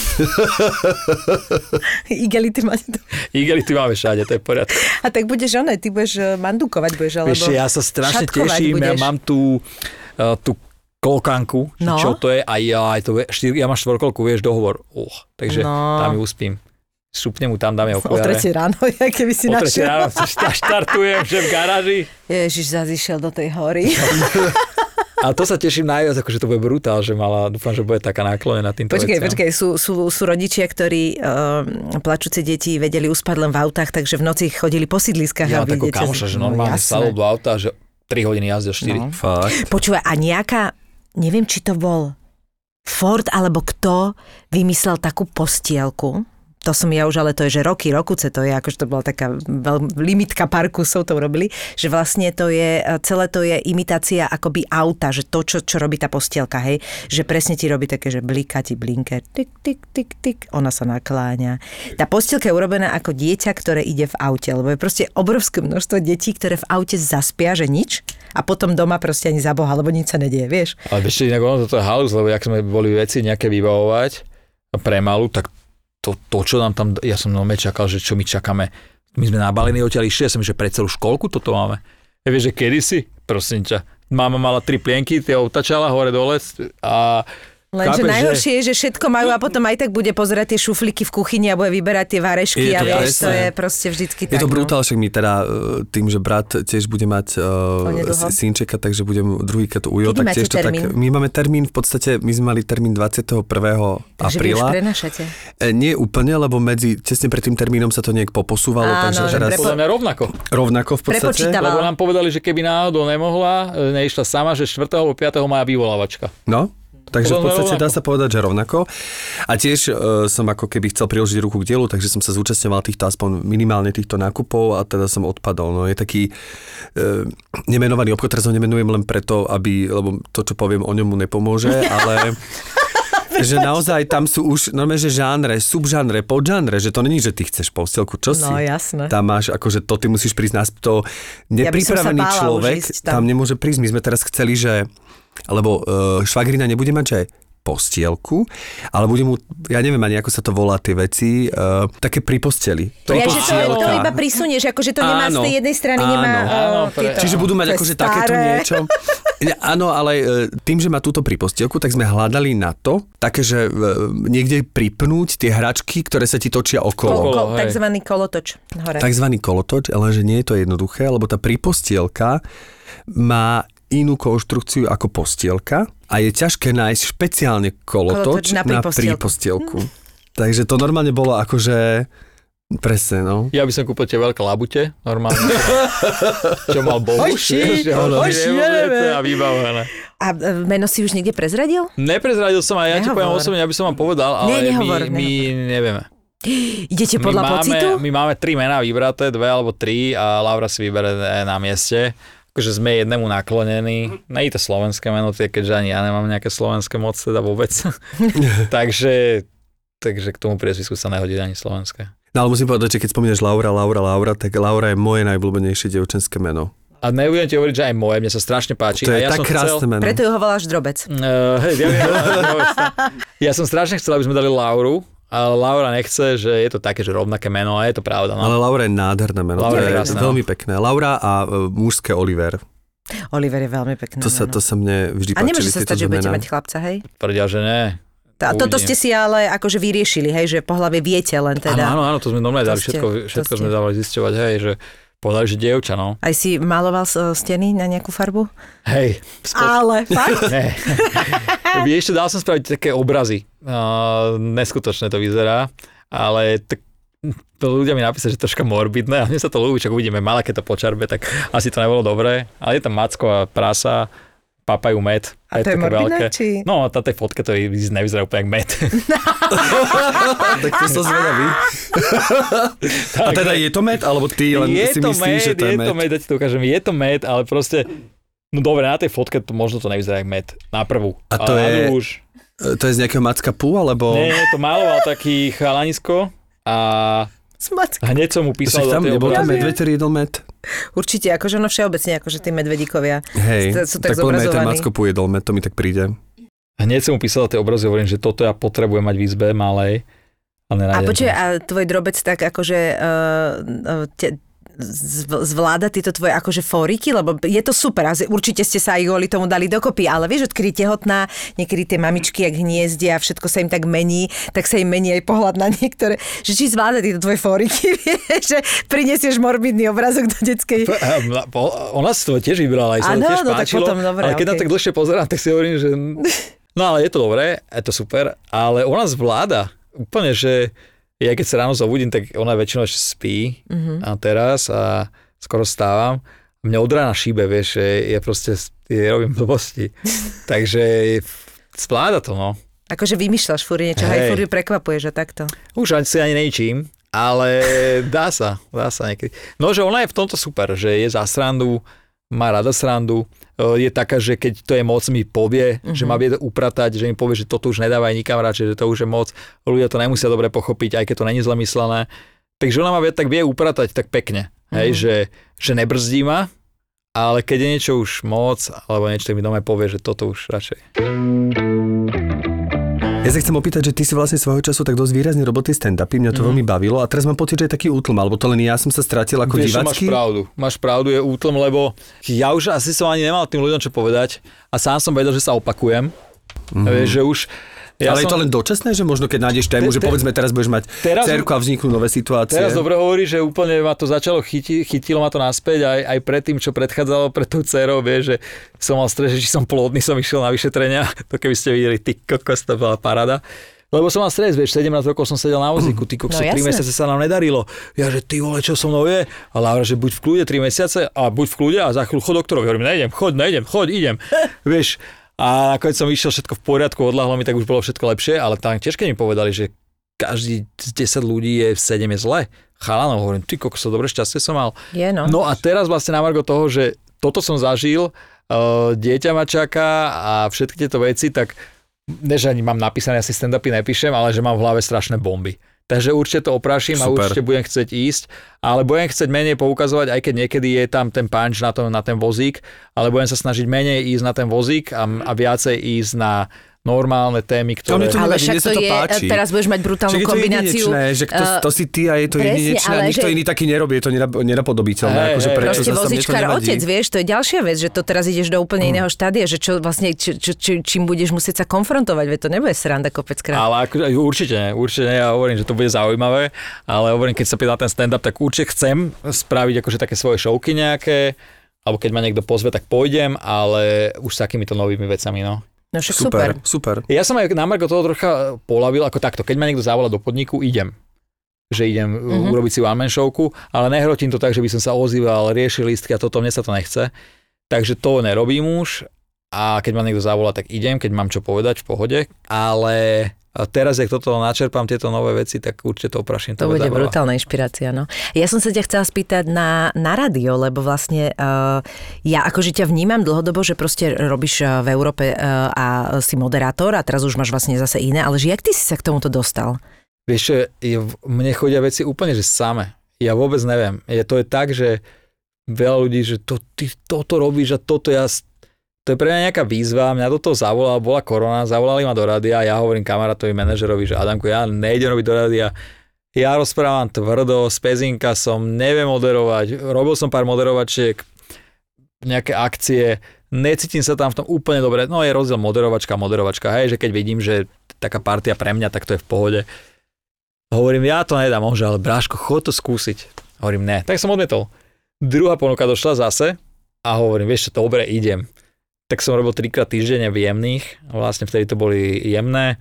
Igelity máte to? Igelity máme všade, to je v poriadku. A tak budeš ty budeš mandukovať, alebo vieš, ja sa strašne teším, ja mám tú kolkánku, čo to je, a ja mám štvorkolku, vieš, dohovor. Takže tam ju uspím. Šupne mu tam, dáme okuliare. O 3 ráno, keby si našiel. O 3 ráno štartujem, že v garáži. Ježiš, zazišiel do tej hory. A to sa teším najviac, akože to bude brutál, že dúfam, že bude taká náklonená týmto veciam. Počkej, sú rodičia, ktorí plačúce deti vedeli uspať len v autách, takže v noci chodili po sídliskách. Ja takú kamoša, že normálne sadol do auta, že 3 hodiny jazdia 4. No. Počúvaj, a nejaká, neviem, či to bol Ford alebo kto vymyslel takú postielku. To som ja už, ale to je, že rokuce, to je, akože to bola taká limitka pár kusov to urobili, že vlastne to je, celé to je imitácia akoby auta, že to, čo robí tá postielka, hej, že presne ti robí také, že blíka ti blinker, tik, tik, tik, tik, ona sa nakláňa. Tá postielka je urobená ako dieťa, ktoré ide v aute, lebo je proste obrovské množstvo detí, ktoré v aute zaspia, že nič, a potom doma proste ani za Boha, lebo nič sa nedieje, vieš. Ale vieš, inak ono toto je halus, lebo jak sme boli veci nejaké vybavovať pre malú, tak to, čo nám tam, ja som normálne čakal, že čo my čakáme. My sme nabalení odtiaľ išli, ja som, že pre celú školku toto máme. Ja vieš, že kedysi, prosím ťa, mama mala 3 plienky, tie otačala hore dole a Lenže najhoršie je, že všetko majú a potom aj tak bude pozerať tie šuflíky v kuchyni a bude vyberať tie varešky a vieš, to je proste vždycky tak. Je to brutál, však my teda tým, že brat tiež bude mať synčeka, takže budem druhýkrát ujo, tak tiež to termín? Tak. My máme termín, v podstate my sme mali termín 21. apríla. Takže vy už prenašate? Nie úplne, lebo tesne pred tým termínom sa to nejak poposúvalo. Takže teraz podľa mňa rovnako. Rovnako v podstate. Lebo nám povedali, že keby náhodou nemohla, neišla sama, že 4. alebo 5. maja vyvolávačka. No. Takže v podstate dá sa povedať, že rovnako. A tiež som ako keby chcel priložiť ruku k dielu, takže som sa zúčastňoval týchto aspoň minimálne týchto nákupov a teda som odpadol. No je taký nemenovaný obchod, teraz ho nemenujem len preto, lebo to, čo poviem o ňom mu nepomôže, ale že naozaj tam sú už normálne, že žánre, subžánre, podžánre, že to není, že ty chceš postielku, čo si? No jasné. Tam máš, akože to ty musíš prísť nás, to nepripravený človek tam nemôže prísť. My sme teraz chceli, lebo švagrina nebude mať, že postielku, ale bude mu, ja neviem ani ako sa to volá tie veci, také pri posteli. To iba prisunieš, akože to nemá z tej jednej strany, Čiže budú mať akože takéto niečo. Áno, ale tým, že má túto pri postielku, tak sme hľadali na to, také, že niekde pripnúť tie hračky, ktoré sa ti točia okolo. Takzvaný kolotoč. Takzvaný kolotoč, ale že nie je to jednoduché, lebo tá pripostielka má inú konštrukciu ako postielka a je ťažké nájsť špeciálne kolotoč na prípostielku. Takže to normálne bolo akože presne, no. Ja by som kúpil tie veľké labute, normálne. Čo mal Bohuš, a vybavené. A meno si už niekde prezradil? Neprezradil som a ja ti poviem osobne, aby som vám povedal, ale my nevieme. Idete podľa pocitu? My máme 3 mená vybraté, 2 alebo 3 a Laura si vybere na mieste. Akože sme jednému naklonení. Nie je to slovenské meno, keďže ani ja nemám nejaké slovenské moc teda vôbec. takže k tomu priezvisku sa nehodí ani slovenské. No ale musím povedať, že keď spomínaš Laura, tak Laura je moje najobľúbenejšie dievčenské meno. A nebudem ti hovoriť, že aj moje, mne sa strašne páči. To je tak krásne meno. Preto ju ho voláš Drobec. Ja som strašne chcel, aby sme dali Lauru, ale Laura nechce, že je to také, že rovnaké meno a je to pravda. No. Ale Laura je nádherné meno. Laura je krásne, veľmi pekné. Laura a mužské Oliver. Oliver je veľmi pekné meno. To sa mne vždy páčili. A nemôže sa stať, že budete mať chlapca, hej? Tvrdia, že nie. A toto ste si ale akože vyriešili, hej, že pohlavie viete len teda. Áno, to sme normálne dali, všetko sme dávali zisťovať, hej, že povedali, že dievča, no. Aj si maloval steny na nejakú farbu? Hej. Ale fakt? Ne. Vieš, dal som spraviť také obrazy. Neskutočné to vyzerá, ale ľudia mi napísali, že troška morbidné a mne sa to ľúbi, čo uvidíme malé, keď to počarbe, tak asi to nebolo dobré, ale je tam macko a prasa, papajú med. A to je morbidné, či? No, na tej fotke to nevyzerá úplne jak med. Tak to som zvedavý. A teda je to med, alebo ty len si myslíš, že to je med? Je to med, ja ti to ukážem, je to med, ale proste, no dobre, na tej fotke to možno to nevyzerá jak med, na prvú. A to je, to je z nejakého macka pú, alebo? Nie, to maloval taký chalanisko a hneď som mu písal do tej obrazy. Tam medveď, ktorý jedol med? Určite, akože ono všeobecne, akože tí medvedíkovia sú tak podľa mňa zobrazovaní. ten macko jedol med, to mi tak príde. Hneď som mu písal tie obrazy, hovorím, že toto ja potrebujem mať v izbe malej. A počuj, a tvoj Drobec tak akože zvláda tieto tvoje akože fóriky, lebo je to super a určite ste sa aj kvôli tomu dali dokopy, ale vieš, odkedy tehotná, niekedy tie mamičky jak hniezdia a všetko sa im tak mení, tak sa im mení aj pohľad na niektoré, že či zvláda tieto tvoje fóriky, vieš, že prinesieš morbidný obrazok do detskej. Ona si to tiež vybrala, aj sa to tiež páčilo, potom, dobre, ale keď na tak dlhšie pozerám, tak si hovorím, že no ale je to dobré, je to super, ale ona zvláda úplne, že ja keď sa ráno zobudím, tak ona väčšinou ešte spí a teraz a skoro stávam. Mňa od rána šíbe, vieš, ja proste robím blbosti. Takže zvláda to, no. Akože vymýšľaš furt niečo, aj furt ju prekvapuješ a takto. Už si ani nejčím, ale dá sa niekedy. No, že ona je v tomto super, že je za srandu, má rada srandu, je taká, že keď to je moc, mi povie, že má vie upratať, že mi povie, že toto už nedávaj nikam radšej, že to už je moc. Ľudia to nemusia dobre pochopiť, aj keď to není zle myslené. Takže ona tak vie upratať tak pekne, hej, že nebrzdí ma, ale keď je niečo už moc, alebo niečo, tak mi doma povie, že toto už radšej. Ja sa chcem opýtať, že ty si vlastne svojho času tak dosť výrazne robil tie stand-upy, mňa to veľmi bavilo a teraz mám pocit, že je taký útlm, alebo to len ja som sa stratil ako divácky. Máš pravdu, je útlm, lebo ja už asi som ani nemal tým ľuďom čo povedať a sám som vedel, že sa opakujem. Vieš, že už... Ale je to len dočasné, že možno keď nájdeš tému, že povedzme teraz budeš mať dcerku a vzniknú nové situácie. Teraz dobre hovorí, že úplne ma to začalo, chytilo ma to naspäť aj predtým, čo predchádzalo pred tou dcerou, vieš, že som mal stres, že či som plodný, som išiel na vyšetrenia. To keby ste videli, ty kokos, to bola paráda. Lebo som mal stres, vieš, 17 rokov som sedel na vozíku, ty kokos, 3 mesiace sa nám nedarilo. Ja, že ty vole, čo so mnou je? A Laura, že buď v kľude 3 mesiace a buď v kľude a za chvíľu chod doktorovi. Hovorím, choď, idem. Vieš, a nakoniec som išiel všetko v poriadku, odľahlo mi, tak už bolo všetko lepšie, ale tam tiež keď mi povedali, že každý z 10 ľudí je v 7 je zle. Chalanov, hovorím, ty kokos, dobre šťastie som mal. No a teraz vlastne na margo toho, že toto som zažil, dieťa ma čaká a všetky tieto veci, tak než ani mám napísané, asi stand-upy nepíšem, ale že mám v hlave strašné bomby. Takže určite to oprášim a určite budem chcieť ísť, ale budem chcieť menej poukazovať, aj keď niekedy je tam ten punch na ten vozík, ale budem sa snažiť menej ísť na ten vozík a viacej ísť na normálne témy, ktoré... Ale však to je, teraz budeš mať brutálnu kombináciu. Že to si ty a je to jedinečné a nikto iný taký nerobí, je to nenapodobiteľné. Proste vozičkár otec, vieš, to je ďalšia vec, že to teraz ideš do úplne iného štádia, že čo vlastne, čím budeš musieť sa konfrontovať, veď to nebude sranda kopeckrát. Ale určite nie, ja hovorím, že to bude zaujímavé, ale hovorím, keď sa pýta ten stand-up, tak určite chcem spraviť akože také svoje showky nejaké, alebo keď ma niekto pozve, tak pôjdem, ale už s takýmito novými vecami, no. No však super. Ja som aj na margo toho trocha polavil, ako takto, keď ma niekto zavolá do podniku, idem. Že idem urobiť si one-man showku, ale nehrotím to tak, že by som sa ozýval, riešil lístky a toto, mne sa to nechce. Takže to nerobím už a keď ma niekto zavolá, tak idem, keď mám čo povedať v pohode, ale teraz, ak toto načerpám, tieto nové veci, tak určite to opraším. To bude brutálna inšpirácia, no. Ja som sa ťa chcela spýtať na rádio, lebo vlastne ja akože ťa vnímam dlhodobo, že proste robíš v Európe a si moderátor a teraz už máš vlastne zase iné, ale že jak ty si sa k tomuto dostal? Vieš, mne chodia veci úplne, že same. Ja vôbec neviem. To je tak, že veľa ľudí, že ty toto robíš a toto to je pre mňa nejaká výzva, mňa do toho zavolala, bola korona, zavolali ma do rádia a ja hovorím kamarátovi, manažerovi, že Adamko, ja nejdem robiť do rádia, ja rozprávam tvrdo, z Pezinka som, neviem moderovať, robil som pár moderovačiek, nejaké akcie, necítim sa tam v tom úplne dobre, no je rozdiel moderovačka, hej, že keď vidím, že taká partia pre mňa, tak to je v pohode. Hovorím, ja to nedám, ale Bráško, chod to skúsiť. Hovorím, ne, tak som odmietol. Druhá ponuka došla zase a hovorím, vieš čo, dobre, idem. Tak som robil 3-krát týždenne v jemných, vlastne vtedy to boli jemné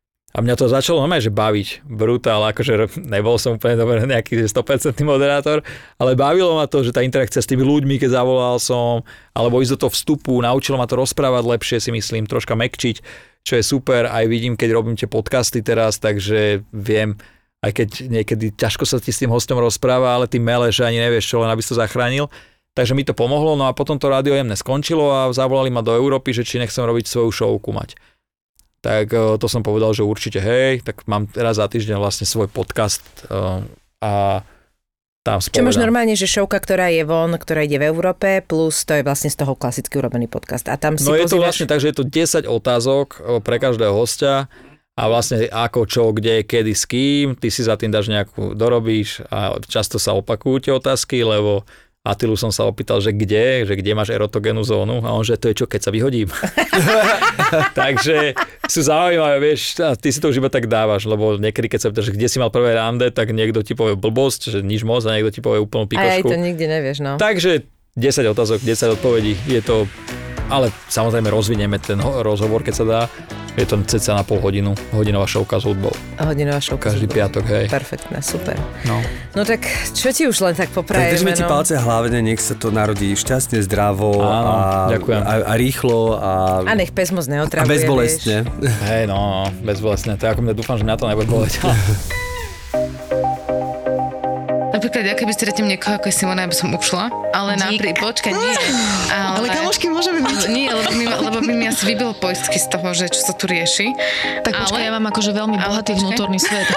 a mňa to začalo normálne, že baviť, brutál, akože nebol som úplne dobre nejaký 100% moderátor, ale bavilo ma to, že tá interakcia s tými ľuďmi, keď zavolal som, alebo ísť do toho vstupu, naučilo ma to rozprávať lepšie, si myslím, troška mekčiť, čo je super, aj vidím, keď robím tie podcasty teraz, takže viem, aj keď niekedy ťažko sa ti s tým hostom rozpráva, ale ty meleš, že ani nevieš čo, len aby si to zachránil. Takže mi to pomohlo, no a potom to rádio jemné skončilo a zavolali ma do Európy, že či nechcem robiť svoju showku mať. Tak to som povedal, že určite hej, tak mám raz za týždeň vlastne svoj podcast a tam spovedám. Čo máš normálne, že showka, ktorá je von, ktorá ide v Európe, plus to je vlastne z toho klasicky urobený podcast. A tam si je to vlastne tak, že je to 10 otázok pre každého hostia a vlastne ako, čo, kde, kedy, s kým, ty si za tým dáš nejakú, dorobíš a často sa opakujú tie otázky, lebo Atilu som sa opýtal, že kde máš erotogénnu zónu a on, že to je čo, keď sa vyhodím. Takže sú zaujímavé, vieš, a ty si to už iba tak dávaš, lebo niekedy, keď sa pýtaš, kde si mal prvé rande, tak niekto ti povie blbosť, že nič moc a niekto ti povie úplnú pikošku. Aj to nikdy nevieš, no. Takže 10 otázok, 10 odpovedí, je to, ale samozrejme rozvinieme ten rozhovor, keď sa dá. Je to cca na pol hodinu, hodinová šovka s hudbou. Hodinová šovka. Každý piatok, hej. Perfektné, super. No tak čo ti už len tak poprajeme? Držme ti palce hlavne, nech sa to narodí šťastne, zdravo a rýchlo. A nech pes moc neotravuje. A bezbolestne. Hej, no, bezbolestne. To ako mňa dúfam, že mňa to nebude boleť. Napríklad, ja keby stretnem niekoho ako je Simona, ja by som ušla, ale počkaj, nie. Ale kamošky môžeme byť. Nie, lebo by mi asi vybilo poistky z toho, že čo sa tu rieši. Tak počkaj, ja mám akože veľmi bohatý vnútorný svet.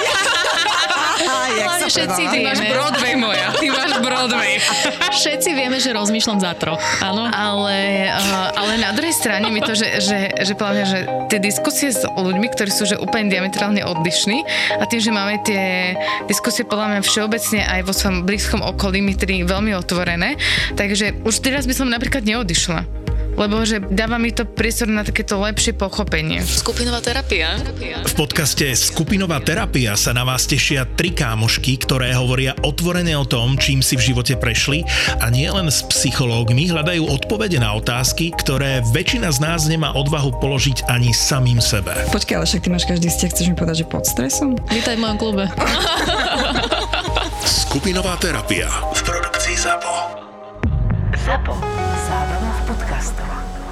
Ale všetci ty máš Broadway moja. Ty máš Broadway. Všetci vieme, že rozmýšľam za troch, áno. Ale na druhej strane mi to, že podľa mňa, že tie diskusie s ľuďmi, ktorí sú že úplne diametrálne odlišní a tým, že máme tie diskusie podľa mňa všeobecne aj vo svojom blízkom okolí, my tri veľmi otvorené, takže už teraz by som napríklad neodišla. lebo že dáva mi to priestor na takéto lepšie pochopenie. Skupinová terapia. V podcaste Skupinová terapia sa na vás tešia 3 kámošky, ktoré hovoria otvorene o tom, čím si v živote prešli a nielen s psychológmi hľadajú odpovede na otázky, ktoré väčšina z nás nemá odvahu položiť ani samým sebe. Počkaj, ale však ty máš každý vzťah, chceš mi povedať, že pod stresom? Vítaj v mojom klube. Skupinová terapia v produkcii ZAPO. ZAPO. Zábrná v podcastovách.